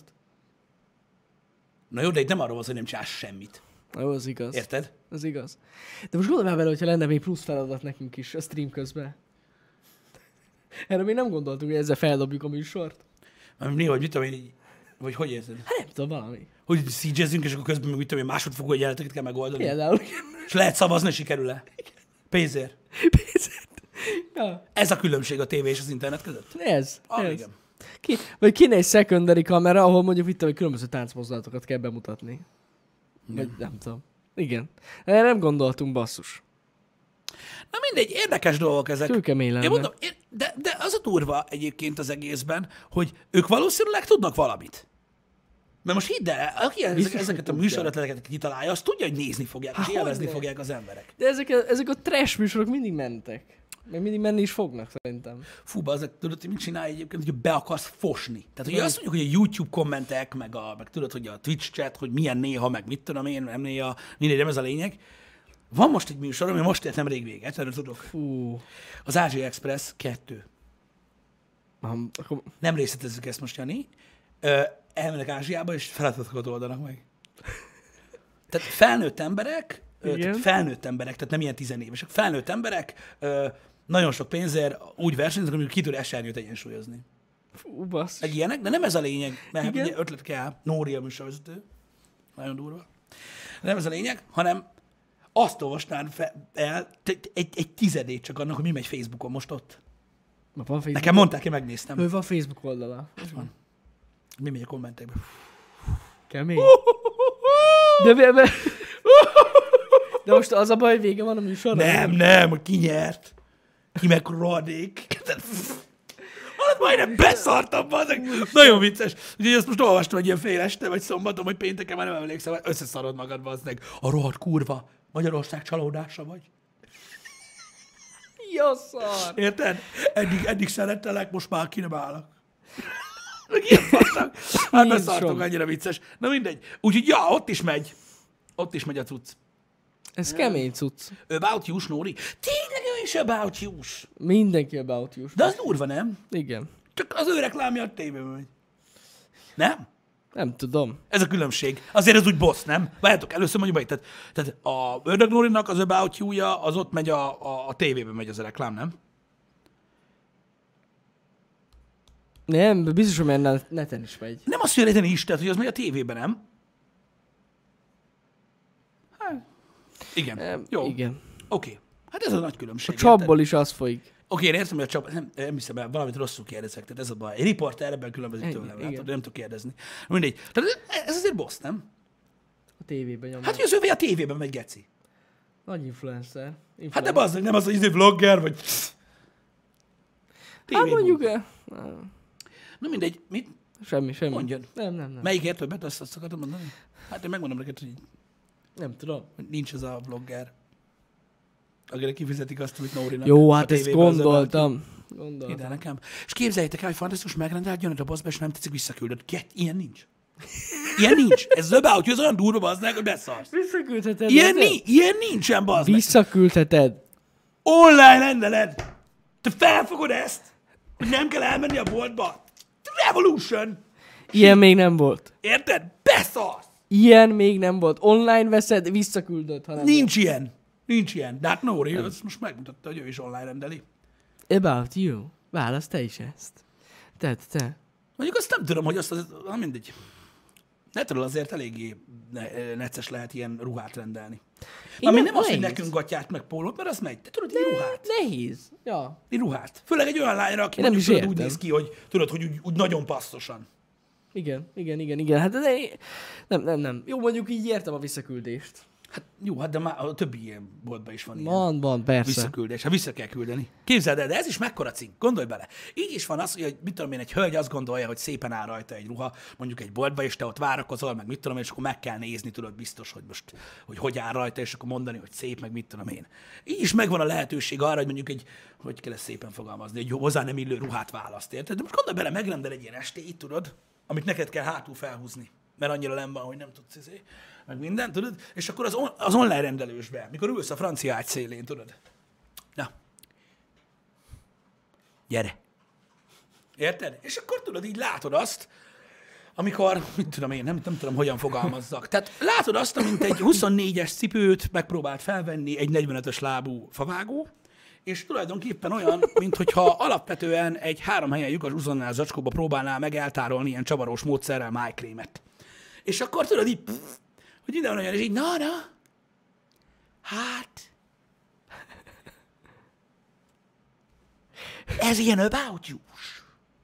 Na jó, de itt nem arról van, hogy nem csinálsz semmit. Jó, az igaz. Érted? Az igaz. De most gondolj már bele, hogyha lenne még plusz feladat nekünk is a stream közben. Erre még nem gondoltunk, hogy ezzel feldobjuk a műsort. Néha, hogy mit tudom én így, vagy hogy érzed? Hát nem tudom, valami. Hogy szígyezzünk, és akkor közben meg mit tudom én, másodfokú egyenleteket kell megoldani. Például. És lehet szavazni, sikerül-e? Pénzért. Pénzért. Ja, Ez a különbség a tévé és az internet között? ez. Igen. Vagy kéne egy secondary kamera, ahol mondjuk itt különböző táncmozdulatokat kell bemutatni. Vagy nem tudom. Igen. Erre nem gondoltunk, basszus. Na mindegy, érdekes dolgok ezek. Kőkemény lenne. Én mondom, de az a durva egyébként az egészben, hogy ők valószínűleg tudnak valamit. Mert most hidd el, aki ezeket a műsorötleteket kitalálja, azt tudja, hogy nézni fogják, és élvezni fogják az emberek. De ezek a trash műsorok mindig mentek. Meg mindig menni is fognak, szerintem. Fú, ezek tudod, hogy mit csinálj egyébként, hogy be akarsz fosni. Tehát, hogy azt mondjuk, hogy a YouTube kommentek, meg tudod, hogy a Twitch chat, hogy milyen néha, meg mit tudom én, nem néha, mindegy, nem ez a lényeg. Van most egy műsor, ami most ért nemrég véget, erről tudok. Fú. Az Ázsia Express 2. Akkor... Nem részletezzük ezt most, Jani. Elmennek Ázsiába, és feladatokat oldanak meg. Tehát felnőtt emberek, tehát nem ilyen tizenévesek, felnőtt emberek nagyon sok pénzért úgy versenyeznek, amikor ki tud esernyőt egyensúlyozni. Fú, bassz. Meg ilyenek, de nem ez a lényeg, mert ugye ötlet kell, Nóri a műsorvezető, nagyon durva. De nem ez a lényeg, hanem azt olvasnám el, egy tizedét csak annak, hogy mi megy Facebookon most ott. Ma van Facebook. Nekem mondták, én megnéztem. Ő van Facebook oldala. Van. Mi megy a kommentekben? Kemény. De most az a baj, vége van a műsorra? Nem, hogy ki nyert. Ki meg rohadék. Hát majdnem beszartam, bazdmeg. Nagyon vicces. Úgyhogy ezt most olvastam egy ilyen fél este, vagy szombaton, vagy pénteken, már nem emlékszem, összeszarod magad, bazdmeg. A rohadt kurva. Magyarország csalódása vagy. Jó szar. Érted? Eddig szerettelek, most már ki nem állok. Meg ilyen fasság. Hát beszartok, annyira vicces. Na mindegy. Úgyhogy ja, ott is megy. Ott is megy a cucc. Ez kemény cucc. About you, Nóri. Tényleg ő is about you. Mindenki about you. De az durva, nem? Igen. Csak az ő reklámja a tévében megy. Nem? Nem tudom. Ez a különbség. Azért ez úgy boss, nem? Várjátok, először mondjuk meg, tehát a Ördög Nórinak az About You-ja, az ott megy a tévében megy az a reklám, nem? Nem, biztos, hogy már neten is megy. Nem azt mondja, hogy is, tehát hogy az megy a tévében, nem? Hát, igen. Jó. Igen. Oké. Hát ez a nagy különbség. A csapból is az folyik. Oké, én értem, hogy a csap... Nem hiszem el, valamit rosszul kérdezek, tehát ez a baj. Egy riporter ebben különbözik tőlem, látod, de nem tudok kérdezni. Mindegy. Tehát ez azért boss, nem? A tévében nyomja. Hát, hogy az övé a tévében megy, geci. Nagy influencer. Hát de bazdmeg, nem az, hogy izé vlogger, vagy... Hát mondjuk... Na mindegy, mit? Semmi. Mondjad. Nem. Melyikért többet, azt akartam mondani? Hát én megmondom neked, hogy Nem tudom. nincs az a vlogger, akire kifizetik azt, amit Nórinak. Jó, hát ezt gondoltam. Ide nekem. És képzeljétek el, hogy fantasztikus megrendelt, jön a dobozba, és nem tetszik, visszaküldött. Ilyen nincs. Ilyen nincs. Ez az about, ez olyan durva, bazdmeg, hogy beszarsz. Visszaküldheted. Ilyen nincsen, bazdmeg. Visszaküldheted. Online rendeled. Te felfogod ezt, hogy nem kell elmenni a boltba. Revolution. Ilyen még nem volt. Érted? Beszarsz. Ilyen még nem volt. Online veszed, visszaküldöd, ha nem. Nincs ilyen. Nincs ilyen. De hát Nóri, az most megmutatta, hogy ő is online rendeli. About you. Válasz te is ezt. Te. Mondjuk azt nem tudom, hogy azt na mindegy. Netről azért eléggé necces lehet ilyen ruhát rendelni. Ami nem az, hogy nekünk gatyát meg pólót, mert az megy. Te tudod, egy ruhát. Nehéz. Ja. Egy ruhát. Főleg egy olyan lányra, aki nem mondjuk, is tudod, úgy értem. néz ki, hogy tudod, hogy úgy nagyon passzosan. Igen. Hát nem. Jó, mondjuk így értem a visszaküldést. Hát jó, hát de már a többi ilyen boltban is van ilyen. Van, persze. Visszaküldés. Hát vissza kell küldeni. Képzeld el, de ez is mekkora cink. Gondolj bele. Így is van az, hogy mit tudom én, egy hölgy azt gondolja, hogy szépen áll rajta egy ruha, mondjuk egy boltba, és te ott várakozol, meg mit tudom én, és akkor meg kell nézni, tudod biztos, hogy most hogy áll rajta, és akkor mondani, hogy szép, meg mit tudom én. Így is megvan a lehetőség arra, hogy mondjuk hogy kell ezt szépen fogalmazni, egy hozzá nem illő ruhát választ, érted? De most gondolj bele, megrendel egy ilyen estét, tudod, amit neked kell hátul felhúzni, mert annyira nem van, hogy nem tudsz meg minden, tudod? És akkor az online rendelősbe, mikor ülsz a francia ágy szélén, tudod? Na. Gyere. Érted? És akkor tudod, így látod azt, amikor, mit tudom én, nem tudom, hogyan fogalmazzak. Tehát látod azt, amint egy 24-es cipőt megpróbált felvenni egy 45-ös lábú favágó, és tulajdonképpen olyan, mintha alapvetően egy 3 helyen lyukas uzsonnál zacskóba próbálnál meg eltárolni ilyen csavarós módszerrel májkrémet. És akkor tudod így, hogy minden olyan, és így, na, hát, ez ilyen about you-s.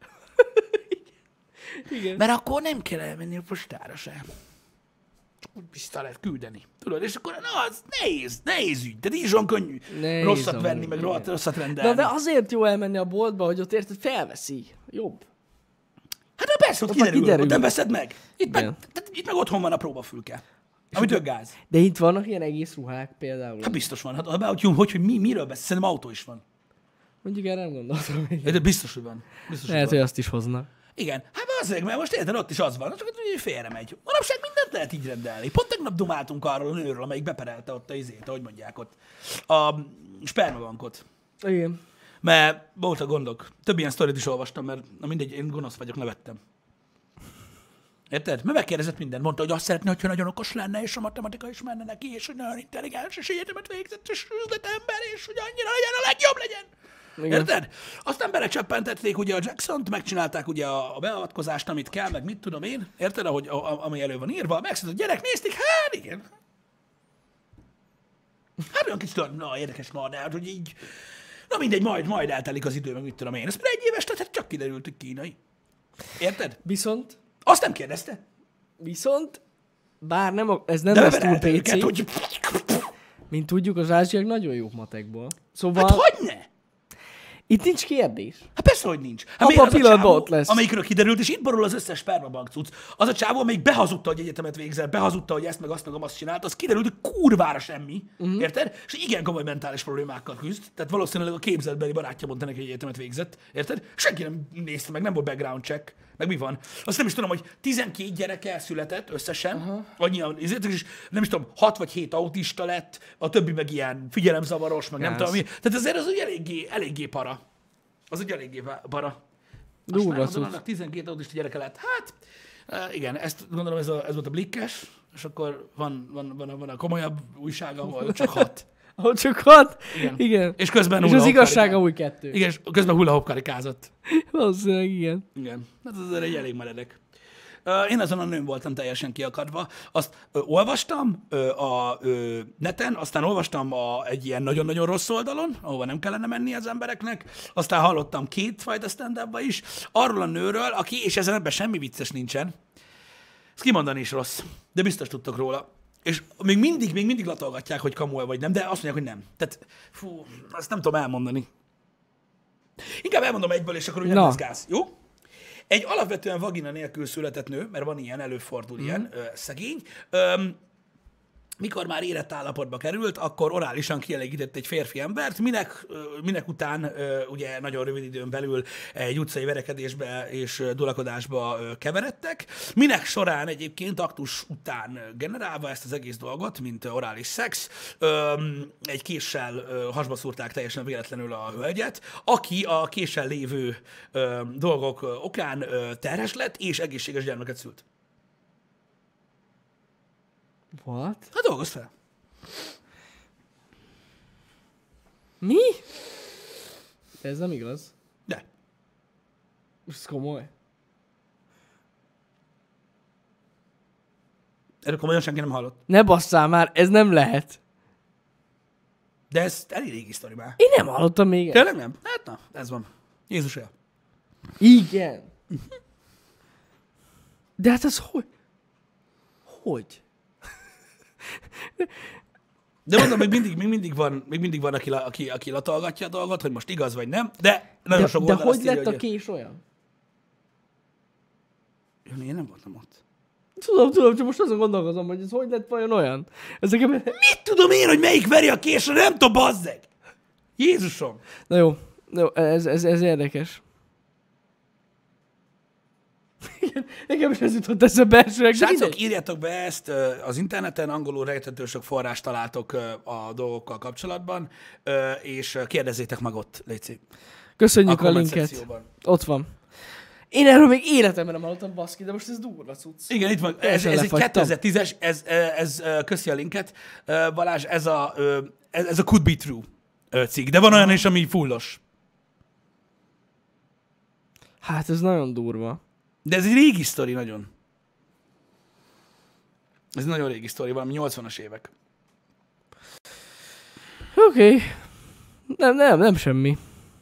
Igen. Mert akkor nem kell elmenni a postára sem. Úgy vissza lehet küldeni. Tudod, és akkor, na, az nehéz ügy. Tehát így is olyan könnyű Nehéz rosszat amúgy, venni, meg igen. rosszat rendelni. De azért jó elmenni a boltba, hogy ott érted, felveszi. Jobb. Hát de persze, ott kiderül. Ott nem veszed meg. Itt meg otthon van a próbafülke. Ami tök gáz. De itt vannak ilyen egész ruhák például. Hát biztos van. Hát hogy miről beszél? Szerintem autó is van. Mondjuk erre nem gondoltam. De biztos, hogy van. Biztos, Lehet, hogy hogy azt is hoznak. igen. Hát azért, mert most érted, ott is az van, csak hogy félre megy. Manapság mindent lehet így rendelni. Pont tegnap dumáltunk arról a nőről, amelyik beperelte ott a izét, ahogy mondják ott. A spermabankot. Igen. Mert voltak gondok. Több ilyen sztorit is olvastam, mert na mindegy, én gonosz vagyok, nevettem. Érted? Mert megkérdezett minden. Mondta, hogy azt szeretné, hogyha nagyon okos lenne, és a matematika is menne neki, és hogy nagyon intelligens, és egyetemet végzett, és üzletember, és hogy annyira legyen, a legjobb legyen. Igen. Érted? Aztán belecseppentették ugye a Jacksont, megcsinálták ugye a beavatkozást, amit kell, meg mit tudom én. Érted? Ahogy, ami elő van írva. Megszólalt a gyerek, nézték, hát igen. Hát olyan kicsit, na, érdekes, na, de hát, hogy így, na mindegy, majd eltelik az idő, meg mit tudom én. Ez már egy éves, tehát csak kiderült, hogy kínai. Érted? Viszont, Azt nem kérdezte. bár nem, ez nem De lesz túl beverelte PC, őket, hogy... mint tudjuk, az ázsiak nagyon jók matekból. Szóval Hát hogyne? itt nincs kérdés. Hát persze, hogy nincs. Hát Abban miért a pillanatban csávó, ott lesz. amelyikről kiderült, és itt borul az összes spermabank cucc. Az a csávó, amelyik behazudta, hogy egyetemet végzel, behazudta, hogy ezt meg azt csinált, az kiderült, hogy kurvára semmi. Érted? És igen komoly mentális problémákkal küzd. Tehát valószínűleg a képzeletbeli barátja mondta neki, hogy egyetemet végzett. Érted? Senki nem nézte meg, nem volt background check. Meg mi van? Azt nem is tudom, hogy 12 gyereke született összesen, annyian, és nem is tudom, 6 vagy 7 autista lett, a többi meg ilyen figyelemzavaros, meg nem Gáz. tudom mi. Tehát azért az úgy eléggé para. Az egy eléggé para. Durva Most cucc. annak 12 autista gyereke lett. Hát, igen, ezt gondolom ez volt a Blikkes, és akkor van a komolyabb újság, ahol csak 6. Ahol csak 6? Igen. Igen. És közben És az igazsága új 2. Igen, és közben hula-hop karikázott. Valószínűleg igen. Igen, hát az azért egy elég meredek. Én azon a nőn voltam teljesen kiakadva. Azt olvastam a neten, aztán olvastam egy ilyen nagyon-nagyon rossz oldalon, ahova nem kellene menni az embereknek, aztán hallottam kétfajta stand-upba is, arról a nőről, aki, és ezen ebben semmi vicces nincsen, ezt kimondani is rossz, de biztos tudtok róla. És még mindig latolgatják, hogy kamu vagy nem, de azt mondják, hogy nem. Tehát, fú, azt nem tudom elmondani. Inkább elmondom egyből, és akkor ugye nem lesz gáz. Jó? Egy alapvetően vagina nélkül született nő, mert van ilyen, előfordul ilyen, szegény, mikor már érett állapotba került, akkor orálisan kielégített egy férfi embert, minek után ugye nagyon rövid időn belül egy utcai verekedésbe és dulakodásba keveredtek, minek során egyébként aktus után generálva ezt az egész dolgot, mint orális szex, egy késsel hasba szúrták teljesen véletlenül a hölgyet, aki a késsel lévő dolgok okán terhes lett és egészséges gyermeket szült. What? Hát dolgozz fel. Mi? De ez nem igaz. De. Most ez komoly. Erről komolyan senki nem hallott. Ne basszál már, ez nem lehet. De ez elég régi sztori már. Én nem hallottam még ezt. Tényleg nem? Hát na, ez van. Jézus el. Igen. De hát ez hogy? Hogy? De mondom, még mindig van aki latolgatja a dolgot, hogy most igaz vagy nem, de nagyon sok De oldal hogy azt írja, lett a hogy... kés olyan? Jani, én nem voltam ott. Tudom, csak most azon gondolkozom, hogy ez hogy lett vajon olyan. Mit tudom én, hogy melyik veri a késre? Nem tudom, bazzeg! Jézusom! Na jó, ez érdekes. Igen, nekem is ez jutott eszembe elsőleg. Srácok, írjátok be ezt az interneten, angolul rejtető sok forrást találtok a dolgokkal kapcsolatban, és kérdezzétek meg ott, légy Köszönjük a komment linket. szekcióban. Ott van. Én erről még életemben nem hallottam, baszki, de most ez durva cucc. Igen, itt van. Ez egy 2010-es, ez köszi a linket. Balázs, ez a Could Be True cikk, de van olyan is, ami fullos. Hát ez nagyon durva. De ez egy régi sztori nagyon. Ez egy nagyon régi sztori, valami 80-as évek. Oké. Nem semmi.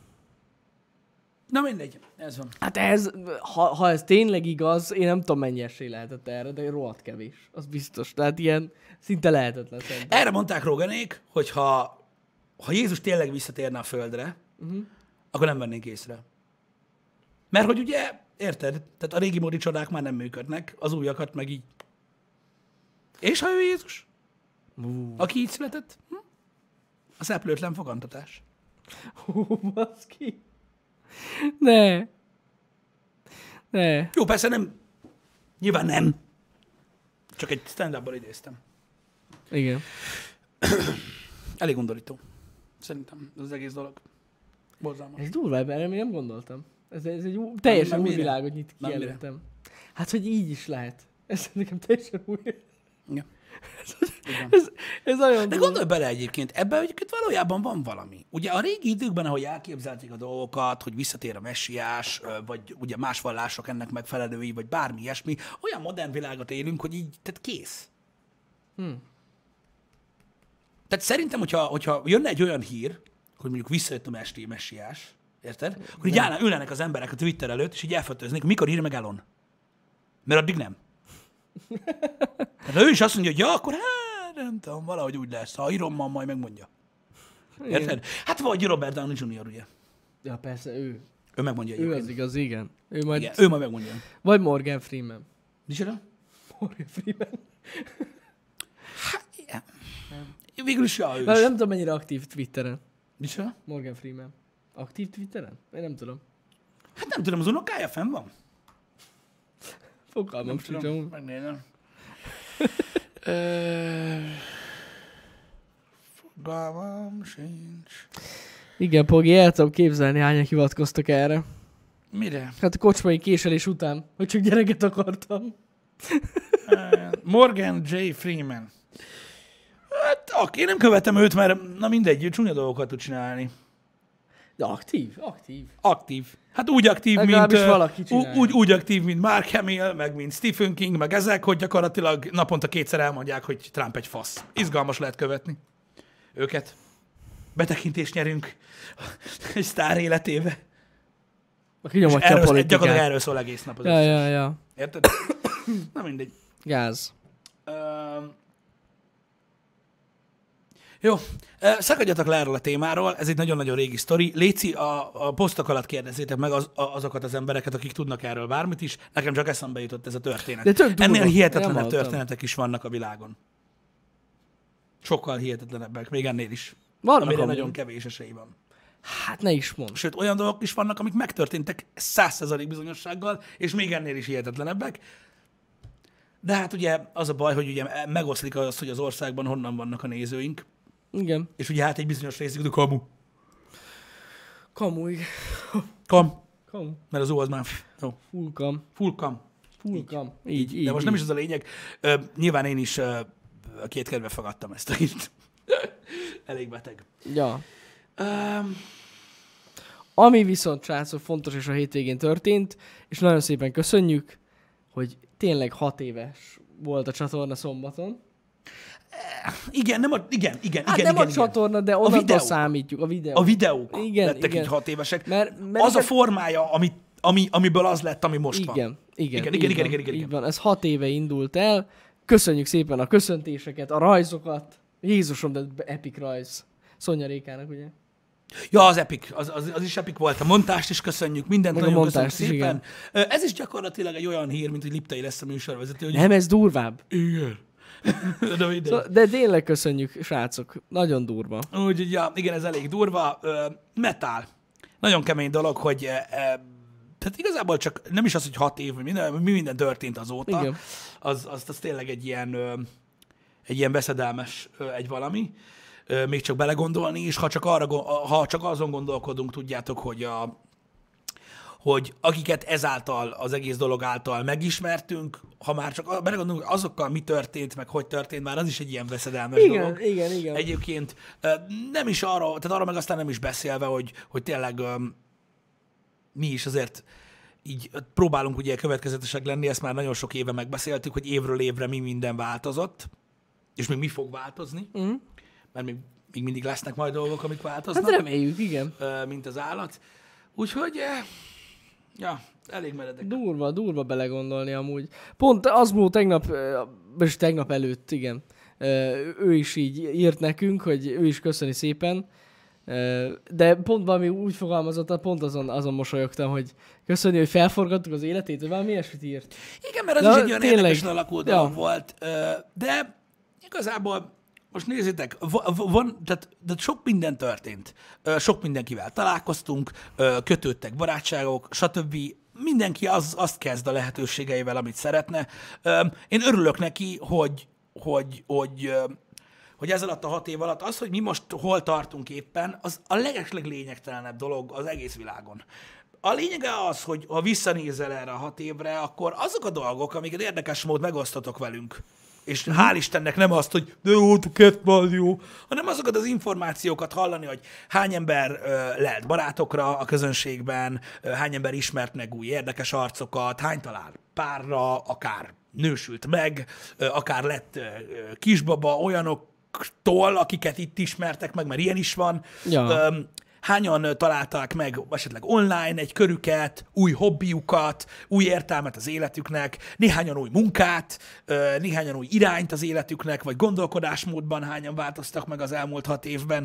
Na mindegy, ez van. Hát ez, ha ez tényleg igaz, én nem tudom mennyi esély lehetett erre, de rohadt kevés. Az biztos. Tehát ilyen szinte lehetetlen szerintem. Erre mondták Roganék, hogy ha Jézus tényleg visszatérne a földre, akkor nem vennénk észre. Mert hogy ugye, érted? Tehát a régi módi csodák már nem működnek, az újakat meg így. És ha ő Jézus? Aki így született? A szeplőtlen fogantatás. Baszki. Ne. Jó, persze nem. Nyilván nem. Csak egy stand-upból idéztem. Igen. Elég undorító. Szerintem ez az egész dolog. Borzalmas. Ez durva, erre még nem gondoltam. Ez egy teljesen Nem, új mire? világot nyit ki Nem, mire? előttem. Hát, hogy így is lehet. Ez nekem teljesen új. Ja. Ez nagyon De durva. gondolj bele egyébként, ebben egyébként valójában van valami. Ugye a régi időkben, ahogy elképzelték a dolgokat, hogy visszatér a messiás, vagy ugye más vallások ennek megfelelői, vagy bármi ilyesmi, olyan modern világot élünk, hogy így, tehát kész. Tehát szerintem, hogyha jönne egy olyan hír, hogy mondjuk visszajött a messiás, érted? Akkor így ülnek az emberek a Twitter előtt, és így elfötöznék, mikor ír meg Elon. Mert addig nem. Hát ha ő is azt mondja, hogy ja, akkor hát nem tudom, valahogy úgy lesz. Ha írom, majd megmondja. Érted? Hát vagy Robert Downey Jr., ugye? Ja, persze, ő. Ő megmondja Ő egyébként. az igaz, igen. Ő majd, Igen, ő majd megmondja. Vagy Morgan Freeman. Micsoda? Morgan Freeman. Hát, igen. Végül is, ja, ő Nem is. tudom, mennyire aktív Twitteren. Micsoda? Morgan Freeman. Aktív Twitteren? Én nem tudom. Hát nem tudom, az unokája fenn van? Fogalmam sincs amúgy. Megnézem. Fogalmam sincs. Igen, Pogi, el tudom képzelni, hányan hivatkoztak erre. Mire? Hát a kocsmai késelés után, hogy csak gyereket akartam. Morgan J. Freeman. Hát, én nem követem őt, mert na mindegy, ő csúnya dolgokat tud csinálni. De aktív, aktív. Aktív. Hát úgy aktív, mint, Legalábbis valaki csinálja. úgy aktív, mint Mark Hamill, meg mint Stephen King, meg ezek, hogy gyakorlatilag naponta kétszer elmondják, hogy Trump egy fasz. Izgalmas lehet követni őket. Betekintést nyerünk egy sztár életébe. Aki nyomatja a politikát. Gyakorlatilag erről szól egész nap az összes. Ja. Érted? Na mindegy. Gáz. Jó, szakadjatok le erről a témáról, ez egy nagyon-nagyon régi sztori. Léci, a posztok alatt kérdezzétek meg azokat az embereket, akik tudnak erről bármit is. Nekem csak eszembe jutott ez a történet. De tök durva. Ennél hihetetlenebb Nem hallottam. történetek is vannak a világon. Sokkal hihetetlenebbek, még ennél is. Vannak Amire amúgy. nagyon kevés esély van. Hát ne is mondd. Sőt, olyan dolgok is vannak, amik megtörténtek 100% bizonyossággal, és még ennél is hihetetlenebbek. De hát ugye az a baj, hogy ugye megoszlik az, hogy az országban honnan vannak a nézőink, Igen. és ugye hát egy bizonyos részük, de kamu. Kamu, igen. Kam. Kamu. Mert az ó az már jó. Full kam. Full kam. Full kam. Így. De most nem is az a lényeg. Nyilván én is kétkedve fogadtam ezt a hírt. Elég beteg. Ja. Um, Ami viszont, srácok, fontos és a hétvégén történt, és nagyon szépen köszönjük, hogy tényleg 6 éves volt a csatorna szombaton. igen, nem a, igen, Hát igen, nem igen, a csatorna, de onnantól videók. számítjuk. A videó. A videók Igen, lettek igen. így 6 évesek. Mert Az a ezek- formája, amiből az lett, ami most van. Igen. Igen. Így van. Ez 6 éve indult el. Köszönjük szépen a köszöntéseket, a rajzokat. Jézusom, de epic rajz. Szonya Rékának, ugye? Ja, az epic, az is epic volt. A montást is köszönjük, mindent Meg a nagyon köszönjük montást is, szépen. Ez is gyakorlatilag egy olyan hír, mint hogy Liptai lesz a műsorvezető. Hogy Nem, ez durvább. igen. De mindegy. Szóval, de tényleg köszönjük, srácok. Nagyon durva. Úgyhogy, ja, igen, ez elég durva. Metal. Nagyon kemény dolog, hogy tehát igazából csak nem is az, hogy 6 év, mi minden történt azóta. Igen. Az tényleg egy ilyen veszedelmes egy valami. Még csak belegondolni is, ha csak azon gondolkodunk, tudjátok, hogy akiket ezáltal, az egész dolog által megismertünk, ha már csak belegondolunk, azokkal mi történt, meg hogy történt, már az is egy ilyen veszedelmes dolog. Igen. Egyébként nem is arra, tehát arra meg aztán nem is beszélve, hogy tényleg mi is azért így próbálunk ugye következetesek lenni, ezt már nagyon sok éve megbeszéltük, hogy évről évre mi minden változott, és még mi fog változni, mert még mindig lesznek majd dolgok, amik változnak, Hát reméljük, igen. mint az állat. Úgyhogy, ja, elég meredek. Durva belegondolni amúgy. Pont az múlt tegnap előtt, igen. Ő is így írt nekünk, hogy ő is köszöni szépen. De pont valami úgy fogalmazott, pont azon mosolyogtam, hogy köszöni, hogy felforgattuk az életét, vagy valami ilyesmit írt. Igen, mert az De is egy olyan tényleg. érdekesen alakult dolog Ja. volt. De igazából most nézzétek, tehát sok minden történt. Sok mindenkivel találkoztunk, kötődtek barátságok, stb. Mindenki azt kezd a lehetőségeivel, amit szeretne. Én örülök neki, hogy ez alatt a 6 év alatt az, hogy mi most hol tartunk éppen, az a lényegtelenebb dolog az egész világon. A lényege az, hogy ha visszanézel erre a 6 évre, akkor azok a dolgok, amiket érdekes módon megosztotok velünk, és hál' Istennek nem azt, hogy de jó, jó, hanem azokat az információkat hallani, hogy hány ember lelt barátokra a közönségben, hány ember ismert meg új érdekes arcokat, hány talál párra, akár nősült meg, akár lett kisbaba, olyanok, olyanoktól, akiket itt ismertek meg, mert ilyen is van. Ja. Hányan találták meg esetleg online egy körüket, új hobbiukat, új értelmet az életüknek, néhányan új munkát, néhányan új irányt az életüknek, vagy gondolkodásmódban hányan változtak meg az elmúlt 6 évben.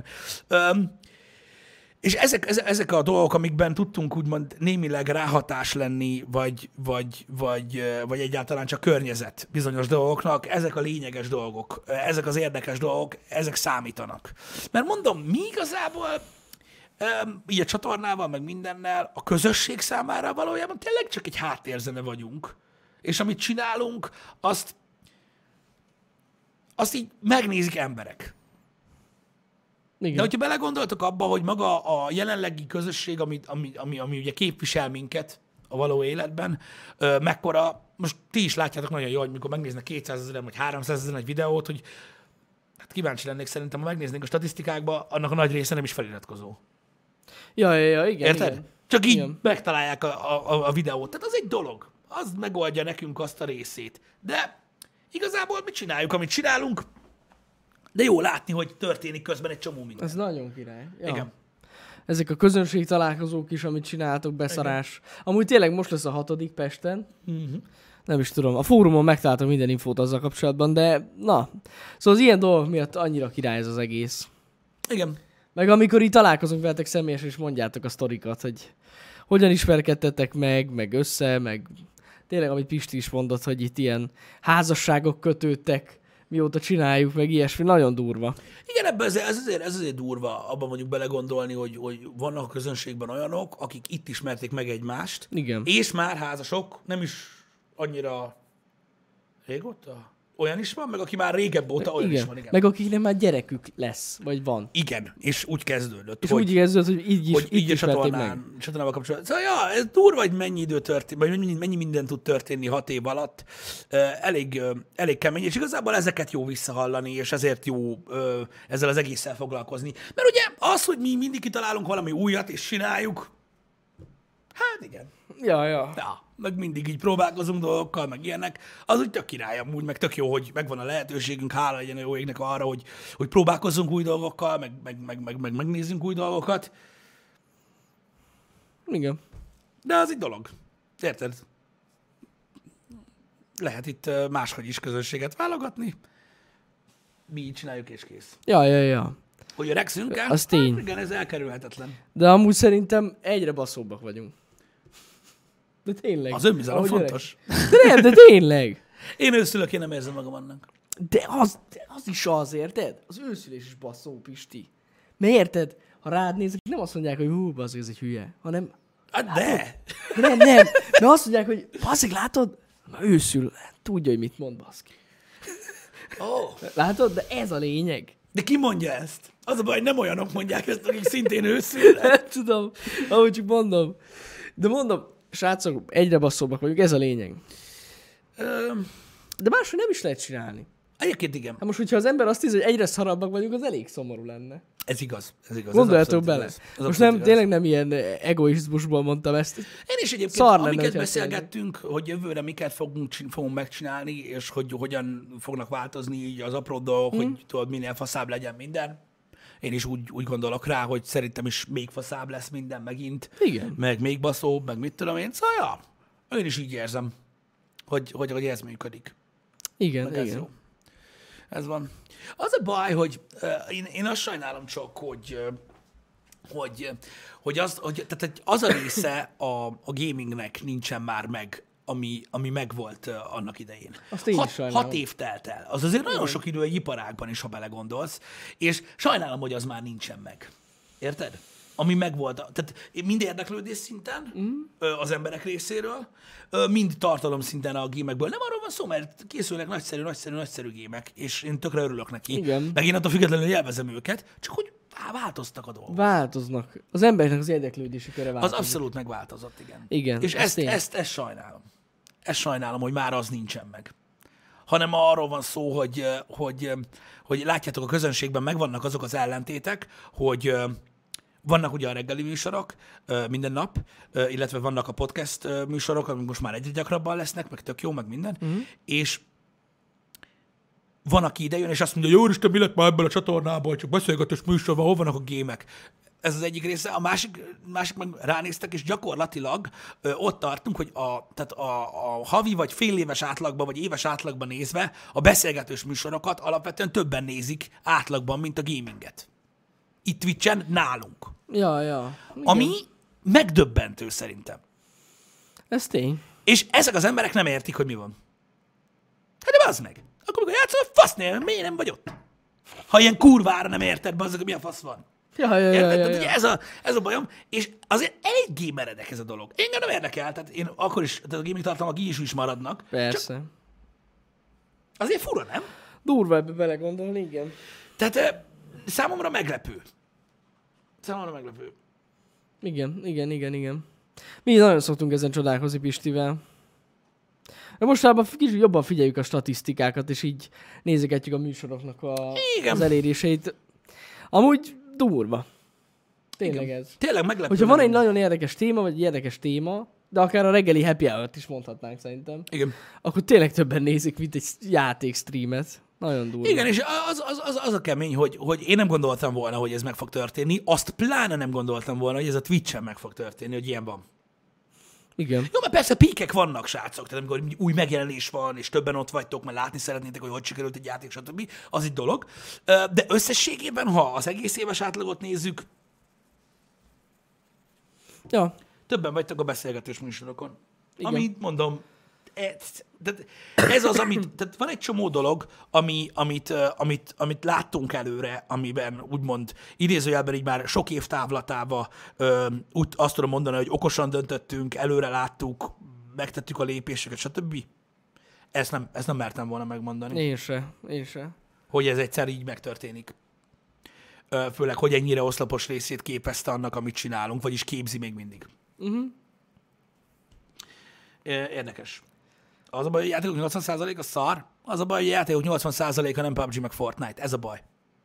És ezek a dolgok, amikben tudtunk úgymond némileg ráhatás lenni, vagy egyáltalán csak környezet bizonyos dolgoknak, ezek a lényeges dolgok, ezek az érdekes dolgok, ezek számítanak. Mert mondom, mi igazából így a csatornával, meg mindennel a közösség számára valójában tényleg csak egy háttérzene vagyunk. És amit csinálunk, azt így megnézik emberek. Igen. De hogyha belegondoltok abba, hogy maga a jelenlegi közösség, ami ugye képvisel minket a való életben, mekkora, most ti is látjátok nagyon jól, hogy mikor megnéznek 200 000 vagy 300 000 egy videót, hogy hát kíváncsi lennék szerintem, ha megnéznénk a statisztikákba, annak a nagy része nem is feliratkozó. Ja, igen. Érted? Igen. Csak így Igen. megtalálják a videót. Tehát az egy dolog. Az megoldja nekünk azt a részét. De igazából mit csináljuk, amit csinálunk, de jó látni, hogy történik közben egy csomó minden. Ez nagyon király. Ja. Igen. Ezek a közönség találkozók is, amit csináltok, beszarás. Amúgy tényleg most lesz a 6. Pesten. Nem is tudom. A fórumon megtaláltam minden infót azzal kapcsolatban, de na. Szóval az ilyen dolgok miatt annyira király ez az egész. Igen. Meg amikor így találkozunk veletek személyesen, és mondjátok a sztorikat, hogy hogyan ismerkedtetek meg össze, meg tényleg, amit Pisti is mondott, hogy itt ilyen házasságok kötődtek, mióta csináljuk, meg ilyesmi, nagyon durva. Igen, ebben ez azért durva abban mondjuk belegondolni, hogy vannak a közönségben olyanok, akik itt ismerték meg egymást, Igen. és már házasok, nem is annyira régóta? Olyan is van, meg aki már régebb óta olyan is van, igen. Meg akiknek már gyerekük lesz, vagy van. Igen, és úgy kezdődött, És úgy kezdődött, hogy így a ismerték meg. csatornával kapcsolatban. Szóval, ja, ez durva, hogy mennyi idő történik, vagy mennyi minden tud történni 6 év alatt. Elég kemény, és igazából ezeket jó visszahallani, és ezért jó ezzel az egésszel foglalkozni. Mert ugye az, hogy mi mindig kitalálunk valami újat, és csináljuk, hát igen. Ja. Ja, meg mindig így próbálkozunk dolgokkal, meg ilyenek. Az úgy tök király amúgy, meg tök jó, hogy megvan a lehetőségünk, hála legyen a jó égnek arra, hogy próbálkozzunk új dolgokkal, meg megnézzünk új dolgokat. Igen. De az egy dolog. Érted? Lehet itt máshogy is közösséget válogatni. Mi így csináljuk, és kész. Ja. Hogy öregszünk el? Az tény. Hát igen, ez elkerülhetetlen. De amúgy szerintem egyre baszóbbak vagyunk. De tényleg. Az önbizalom Ahogy fontos. De nem, de tényleg. Én őszülök, én nem érzem magam annak. De az is az, érted? Az őszülés is baszó, Pisti. Mert érted? Ha rád nézek, nem azt mondják, hogy hú, bazdmeg, ez egy hülye, hanem... Hát de! Nem. Mert azt mondják, hogy bazdmeg, látod? Na őszül, tudja, hogy mit mond, baszki. Oh. Látod? De ez a lényeg. De ki mondja ezt? Az a baj, hogy nem olyanok mondják ezt, akik szintén őszülnek. Nem tudom, ahogy csak mondom. De mondom, srácok, egyre basszóbbak vagyunk, ez a lényeg. De máshogy nem is lehet csinálni. Egyébként igen. Hát most, hogyha az ember azt hiszi, hogy egyre szarabbak vagyunk, az elég szomorú lenne. Ez igaz. Gondoljatok bele. Ez Most nem, tényleg nem ilyen egoizmusból mondtam ezt. Én is egyébként, Szar lenne, amiket hogyha beszélgettünk, hogy jövőre miket fogunk megcsinálni, és hogy hogyan fognak változni így az apró dolgok, hogy tudod, minél faszább legyen minden. Én is úgy gondolok rá, hogy szerintem is még faszább lesz minden megint. Igen. Meg még baszóbb, meg mit tudom én. Szóval ja, én is így érzem, hogy ez működik. Igen, Meg igen. ez jó. Ez van. Az a baj, hogy én azt sajnálom csak, tehát az a része a gamingnek nincsen már meg, ami megvolt annak idején. Azt én is sajnálom. 6 év telt el. Az azért nagyon sok idő egy iparágban is, ha belegondolsz, és sajnálom, hogy az már nincsen meg. Érted? Ami megvolt. Tehát mind érdeklődés szinten az emberek részéről, mind tartalom szinten a gémekből. Nem arról van szó, mert készülnek nagyszerű gémek, és én tökre örülök neki. Igen. Meg én attól függetlenül élvezem őket, csak hogy változtak a dolgok. Változnak. Az embereknek az érdeklődési köre Az változik. abszolút megváltozott, igen. Igen, És ez tény. ezt sajnálom. Ezt sajnálom, hogy már az nincsen meg. Hanem arról van szó, hogy látjátok, a közönségben megvannak azok az ellentétek, hogy vannak ugye a reggeli műsorok minden nap, illetve vannak a podcast műsorok, amik most már egyre gyakrabban lesznek, meg tök jó, meg minden, és van, aki idejön, és azt mondja, jó Isten, mi lett már ebből a csatornából, csak beszélgetős műsor van, hol vannak a gémek. Ez az egyik része. A másik meg ránéztek, és gyakorlatilag ott tartunk, hogy a havi vagy fél éves átlagban, vagy éves átlagban nézve a beszélgetős műsorokat alapvetően többen nézik átlagban, mint a gaminget. Itt Twitchen nálunk. Ja. Igen. Ami megdöbbentő szerintem. Ez tény. És ezek az emberek nem értik, hogy mi van. Hát de bazd meg. Akkor mikor játszol, fasznél, miért nem vagy ott? Ha ilyen kurvára nem érted, bazd, hogy mi a fasz van. Ja. Érted? Ugye ez a bajom, és azért eléggé meredek ez a dolog. Engem nem érdekel, tehát én akkor is, tehát a gaming tartalmak így is maradnak. Persze. Csak azért fura, nem? Durva ebbe belegondolni, igen. Tehát számomra meglepő. Igen. Mi nagyon szoktunk ezen csodálkozni Pistivel. De mostában kicsit jobban figyeljük a statisztikákat, és így nézegetjük a műsoroknak az eléréseit. Amúgy durva. Tényleg igen. ez. Tényleg meglepő. Hogyha van egy nagyon érdekes téma, vagy egy érdekes téma, de akár a reggeli happy hour-t is mondhatnánk szerintem. Igen. Akkor tényleg többen nézik, mint egy játékstreamet. Nagyon durva. Igen, és az a kemény, hogy én nem gondoltam volna, hogy ez meg fog történni, azt pláne nem gondoltam volna, hogy ez a Twitch-en meg fog történni, hogy ilyen van. Igen. Jó, mert persze píkek vannak, srácok, tehát amikor új megjelenés van, és többen ott vagytok, mert látni szeretnétek, hogy sikerült egy játék, stb. Az egy dolog. De összességében, ha az egész éves átlagot nézzük, Ja. többen vagytok a beszélgetős műsorokon. Igen. Amit mondom, ez az, tehát van egy csomó dolog, amit láttunk előre, amiben úgymond idézőjelben így már sok év távlatába úgy azt tudom mondani, hogy okosan döntöttünk, előre láttuk, megtettük a lépéseket, stb. Ezt nem mertem volna megmondani. Én se. Hogy ez egyszer így megtörténik. Főleg, hogy ennyire oszlopos részét képezte annak, amit csinálunk, vagyis képzi még mindig. Érdekes. Az a baj, hogy a játékok 80%-a szar, az a baj, hogy a játékok 80%-a nem PUBG meg Fortnite. Ez a baj.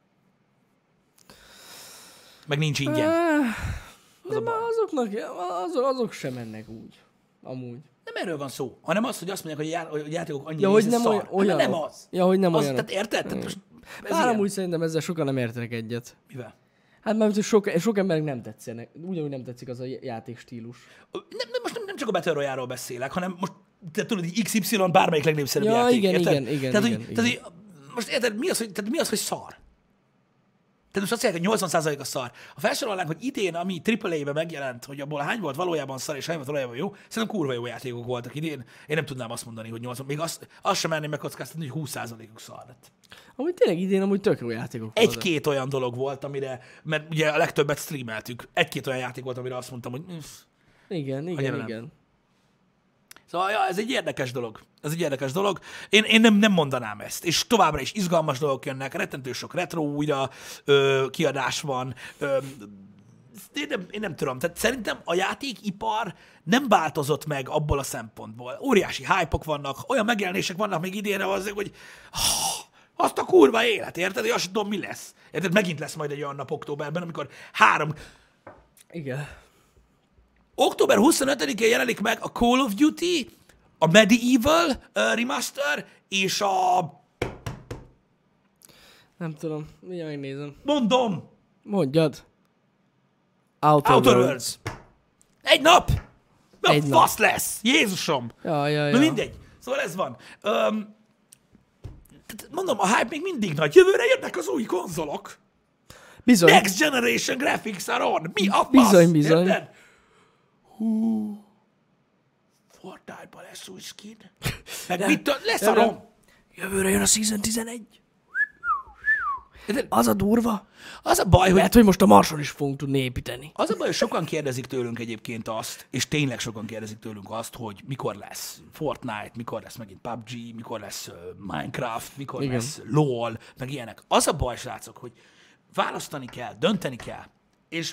Meg nincs ingyen. De már azok sem mennek úgy. Amúgy. Nem erről van szó, hanem az, hogy azt mondják, hogy a játékok annyira hogy része nem szar. olyan. Nem az. Ja, hogy nem az, olyanok. tehát érted? Tehát most ez Bár ilyen. amúgy szerintem ezzel sokan nem értenek egyet. Mivel? Hát mert hogy sok embernek nem tetszenek. Ugyanúgy nem tetszik az a játékstílus. Most nem csak a Battle Royale-ról beszélek, hanem most te tudod, hogy XY bármelyik legnépszerűbb Ja, játék. igen, érted? igen. Tehát, hogy most érted, mi az, hogy szar? Tehát most azt mondják, hogy 80% a szar. Ha felsorolnánk, hogy idén, ami AAA-ben megjelent, hogy abból hány volt valójában szar, és hány volt valójában jó, szerintem kurva jó játékok voltak idén. Én nem tudnám azt mondani, hogy 80, még azt sem merném megkockáztatni, hogy 20%-uk szar lett. Amúgy tényleg idén amúgy tök jó játékok voltak. Egy-két olyan dolog volt, amire, mert ugye a legtöbbet streameltük, egy-két olyan játék volt, amire azt mondtam, hogy Igen. Szóval ja, ez egy érdekes dolog. Én nem mondanám ezt. És továbbra is izgalmas dolgok jönnek, rettentő sok retro újra kiadás van. Én nem tudom. Tehát szerintem a játékipar nem változott meg abból a szempontból. Óriási hype-ok vannak, olyan megjelenések vannak még idénre azért, hogy azt a kurva élet, érted? Én azt sem tudom, mi lesz. Érted? Megint lesz majd egy olyan nap októberben, amikor Igen. Október 25-én jelenik meg a Call of Duty, a Medieval remaster, és a... Nem tudom, mindjárt megnézem. Mondom! Mondjad. Outer Worlds. Egy nap! Egy nap. Fasz lesz! Jézusom! Ja. Na mindegy. Szóval ez van. Mondom, a hype még mindig nagy. Jövőre jönnek az új konzolok. Bizony. Next Generation Graphics are on. Mi a fasz? Bizony. Érted? Fortnite-ban lesz új skin. Meg mit lesz a rom? Jövőre jön a Season 11. Az a durva. Az a baj, hogy... Lehet, hogy most a Marson is fogunk tudni építeni. Az a baj, hogy sokan kérdezik tőlünk egyébként azt, és tényleg sokan kérdezik tőlünk azt, hogy mikor lesz Fortnite, mikor lesz megint PUBG, mikor lesz Minecraft, mikor lesz LOL, meg ilyenek. Az a baj, srácok, hogy választani kell, dönteni kell, és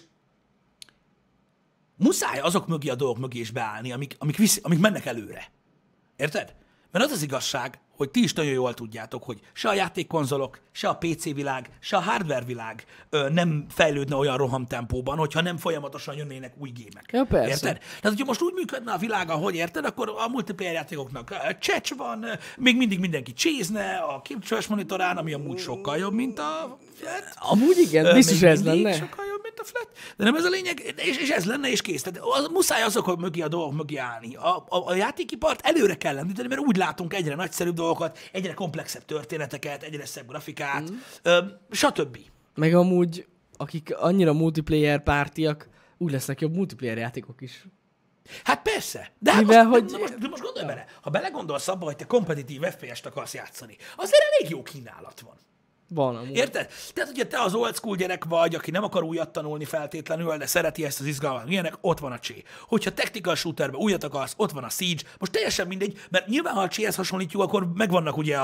muszáj azok mögé a dolgok mögé is beállni, amik mennek előre. Érted? Mert az az igazság, hogy ti is nagyon jól tudjátok, hogy se a játékkonzolok, se a PC világ, se a hardware világ nem fejlődne olyan rohamtempóban, hogyha nem folyamatosan jönnének új gémek. Ja, persze. Érted? Tehát, hogyha most úgy működne a világ, ahogy érted, akkor a multiplayer játékoknak csecs van, még mindig mindenki csézne a képcsöves monitorán, ami amúgy sokkal jobb, mint a Flat. Amúgy igen, biztos Még ez mindig lenne. sokkal jobb, mint a Flat. De nem ez a lényeg, és ez lenne, és kész. Tehát muszáj azok mögé a dolgok mögé állni. A játékipart előre kell lendíteni, mert úgy látunk egyre nagyszerűbb dolgokat, egyre komplexebb történeteket, egyre szebb grafikát, stb. Meg amúgy, akik annyira multiplayer pártiak, úgy lesznek jobb multiplayer játékok is. Hát persze, de hát Mivel, most gondolj bele, ha belegondolsz abba, hogy te kompetitív FPS-t akarsz játszani, azért elég jó kínálat van. Van amúgy. Érted? Tehát, hogyha te az old school gyerek vagy, aki nem akar újat tanulni feltétlenül, de szereti ezt az izgalmat, milyenek, ott van a Csé. Hogyha technical shooterbe újat akarsz, ott van a Siege. Most teljesen mindegy, mert nyilván, ha a Cséhez hasonlítjuk, akkor megvannak ugye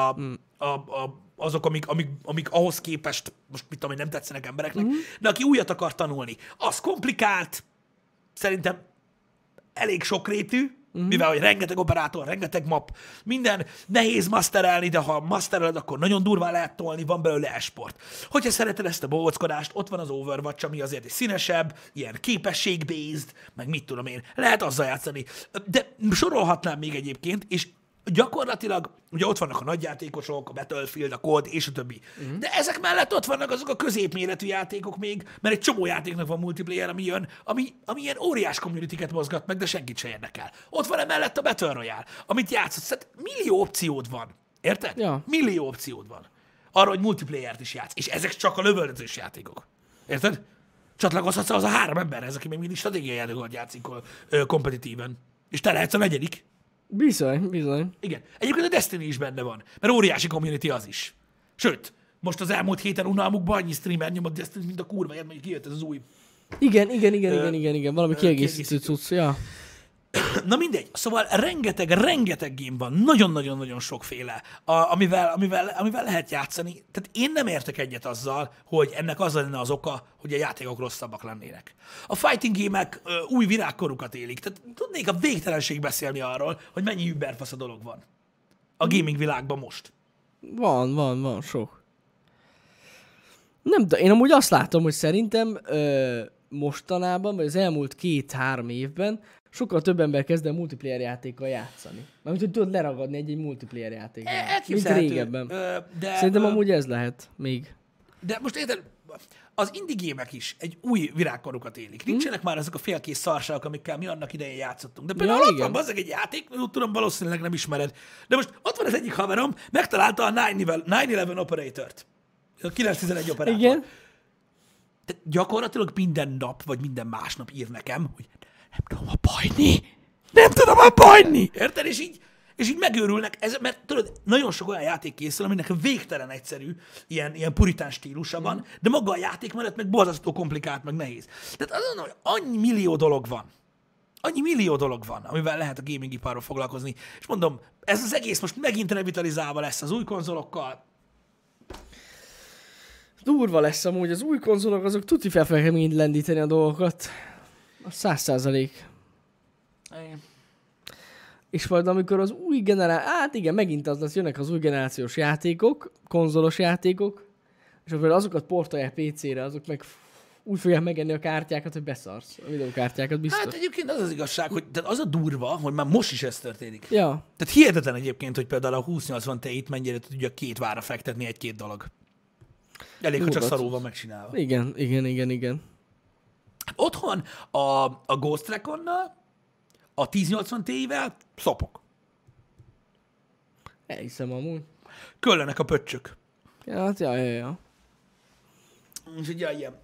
azok, amik ahhoz képest, most mit tudom én, nem tetszenek embereknek, de aki újat akar tanulni, az komplikált, szerintem elég sokrétű, mivel hogy rengeteg operátor, rengeteg map, minden nehéz masterelni, de ha mastereled, akkor nagyon durván lehet tolni, van belőle esport. Hogyha szereted ezt a bóckodást, ott van az Overwatch, ami azért egy színesebb, ilyen képesség-based, meg mit tudom én, lehet azzal játszani. De sorolhatnám még egyébként, és gyakorlatilag, ugye ott vannak a nagyjátékosok, a Battlefield, a COD és a többi. De ezek mellett ott vannak azok a középméretű játékok még, mert egy csomó játéknak van multiplayer, ami jön, ami ilyen óriás community-ket mozgat meg, de senkit se érdekel. Ott van emellett a Battle Royale, amit játszhatsz. Tehát millió opciód van. Érted? Ja. Millió opciód van. Arra, hogy multiplayer-t is játsz. És ezek csak a lövöldözős játékok. Érted? Csatlakozhatsz az a 3 emberhez, aki még mindig stratégiai játékokat játszik kompetitíven. És te lehetsz a 4. Bizony, bizony. Igen. Egyébként a Destiny is benne van, mert óriási community az is. Sőt, most az elmúlt héten unalmukban annyi streamer nyomott Destiny, mint a kurva, mert kijött ez az új. Igen. Valami kiegészítő cucc, ja. Na mindegy. Szóval rengeteg game van, nagyon-nagyon-nagyon sokféle, amivel lehet játszani. Tehát én nem értek egyet azzal, hogy ennek az lenne az oka, hogy a játékok rosszabbak lennének. A fighting gémek új virágkorukat élik. Tehát tudnék a végtelenség beszélni arról, hogy mennyi überfasz a dolog van a gaming világban most. Van, sok. Nem, de én amúgy azt látom, hogy szerintem mostanában, vagy az elmúlt 2-3 évben sokkal több ember kezd el multiplayer játékkal játszani. Mert hogy tudod leragadni egy multiplayer játékkal. Mint Elképzelhető, régebben. de, Szerintem amúgy ez lehet még. De most érted, az indie gémek is egy új virágkorukat élik. Nincsenek már ezek a félkész szarságok, amikkel mi annak idején játszottunk. De például ott van bazzeg egy játék, tudom, valószínűleg nem ismered. De most ott van az egyik haverom, megtalálta a 9-11 operatort. A 911 operátor. Igen. Tehát gyakorlatilag minden nap, vagy minden másnap ír nekem, hogy nem tudom abbahagyni. Nem tudom abbahagyni. Érted? És így megőrülnek, mert tudod, nagyon sok olyan játék készül, aminek végtelen egyszerű, ilyen puritán stílusa van, de maga a játék mellett meg borzasztó komplikált, meg nehéz. Tehát azon, hogy annyi millió dolog van, amivel lehet a gaming iparról foglalkozni. És mondom, ez az egész most megint revitalizálva lesz az új konzolokkal. Durva lesz amúgy, az új konzolok, azok tuti fel kell mind lendíteni a dolgokat. A 100%. És majd amikor az új hát igen, megint az lesz, jönnek az új generációs játékok, konzolos játékok, és akkor azokat portolják PC-re, azok meg úgy fogják megenni a kártyákat, hogy beszarsz. A videókártyákat biztos. Hát egyébként az az igazság, hogy az a durva, hogy már most is ez történik. Ja. Tehát hihetetlen egyébként, hogy például a 2080 Ti-t mennyire tudja 2 vára fektetni egy-két dolog. Elég, ha csak szarul van megcsinálva. Igen. Otthon a Ghost Recon-nal, a 1080 Ti-vel szopok. Elhiszem amúgy. Köllenek a pöccsök. Ja, hát ja. Úgyhogy ilyen.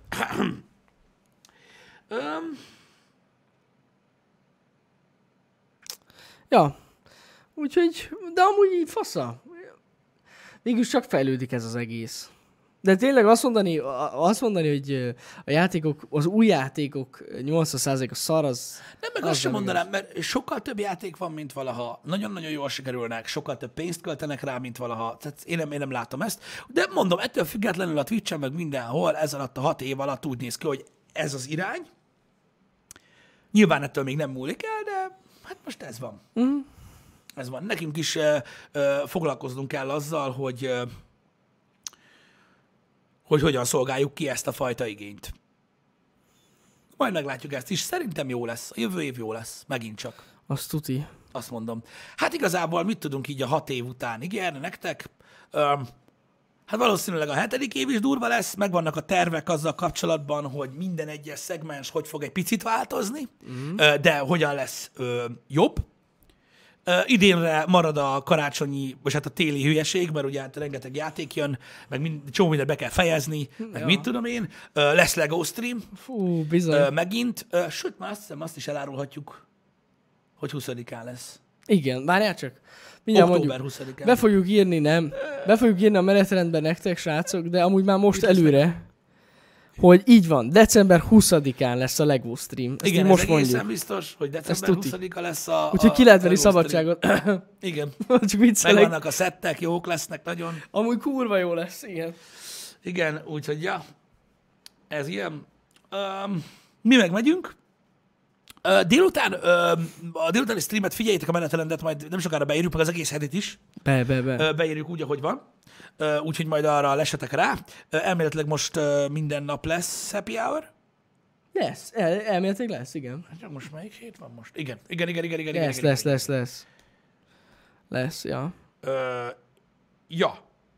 Ja. Úgyhogy, de amúgy így fasza. Végülis csak fejlődik ez az egész. De tényleg azt mondani, hogy a játékok, az új játékok 80%-a szar, az... Nem, meg azt sem mondanám, mert sokkal több játék van, mint valaha. Nagyon-nagyon jól sikerülnek, sokkal több pénzt költenek rá, mint valaha. Tehát én nem látom ezt. De mondom, ettől függetlenül a Twitch-en meg mindenhol ez alatt a 6 év alatt úgy néz ki, hogy ez az irány. Nyilván ettől még nem múlik el, de hát most ez van. Ez van. Nekünk is foglalkoznunk kell azzal, hogy hogyan szolgáljuk ki ezt a fajta igényt. Majd meglátjuk ezt is. Szerintem jó lesz. A jövő év jó lesz. Megint csak. Azt tuti. Azt mondom. Hát igazából mit tudunk így a 6 év után ígérni nektek? Hát valószínűleg a 7. év is durva lesz, megvannak a tervek azzal kapcsolatban, hogy minden egyes szegmens hogy fog egy picit változni, de hogyan lesz jobb. Idénre marad a karácsonyi, vagy hát a téli hülyeség, mert ugye hát rengeteg játék jön, meg csomó mindent be kell fejezni, meg mit tudom én. Lesz Lego stream. Fú, bizony. Megint. Sőt, már azt hiszem, azt is elárulhatjuk, hogy 20-án lesz. Igen, várjál csak. Mindjárt Október mondjuk. 20-án. Be fogjuk írni, nem? Be fogjuk írni a menetrendben nektek, srácok, de amúgy már most előre, hogy így van, december 20-án lesz a Lego stream. Ezt Igen, most ez egészen mondjuk. biztos, hogy december 20-a lesz a Úgyhogy ki lehet venni Lego stream. szabadságot. Igen. Csak viccelek. Megvannak a szettek, jók lesznek nagyon. Amúgy kurva jó lesz, igen. Igen, úgyhogy ja, ez ilyen. Mi megmegyünk. Délután, a délutáni streamet figyeljétek a menetrendet, majd nem sokára beírjuk, meg az egész hetit is. Beírjuk úgy, ahogy van. Úgyhogy majd arra lesetek rá. Elméletileg most minden nap lesz happy hour. Lesz, elméletileg lesz, igen. Hát most melyik hét van most? Igen. Lesz, ja. Ja.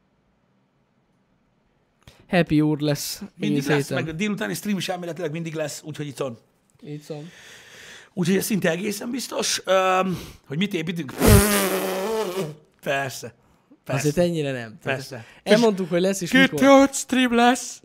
Happy úr lesz. Mindig lesz, meg a délutáni stream is elméletileg mindig lesz, úgyhogy itt van. Így szó. Úgyhogy ez szinte egészen biztos. Hogy mit építünk? Persze. Azért ennyire nem. Persze. Elmondtuk, hogy lesz is mikor. GTA stream lesz.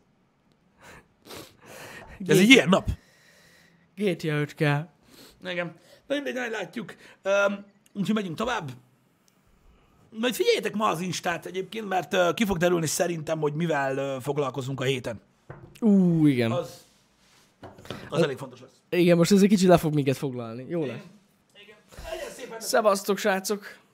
Ez egy ilyen nap. GTA 5 kell. Igen. Na mindegy, majd látjuk. Úgyhogy megyünk tovább. Majd figyeljetek ma az Instát egyébként, mert ki fog derülni szerintem, hogy mivel foglalkozunk a héten. Igen. Az elég fontos lesz. Igen, most ez egy kicsit le fog minket foglalni. Jó lesz. Igen. Legyen szépen. Szevasztok, srácok!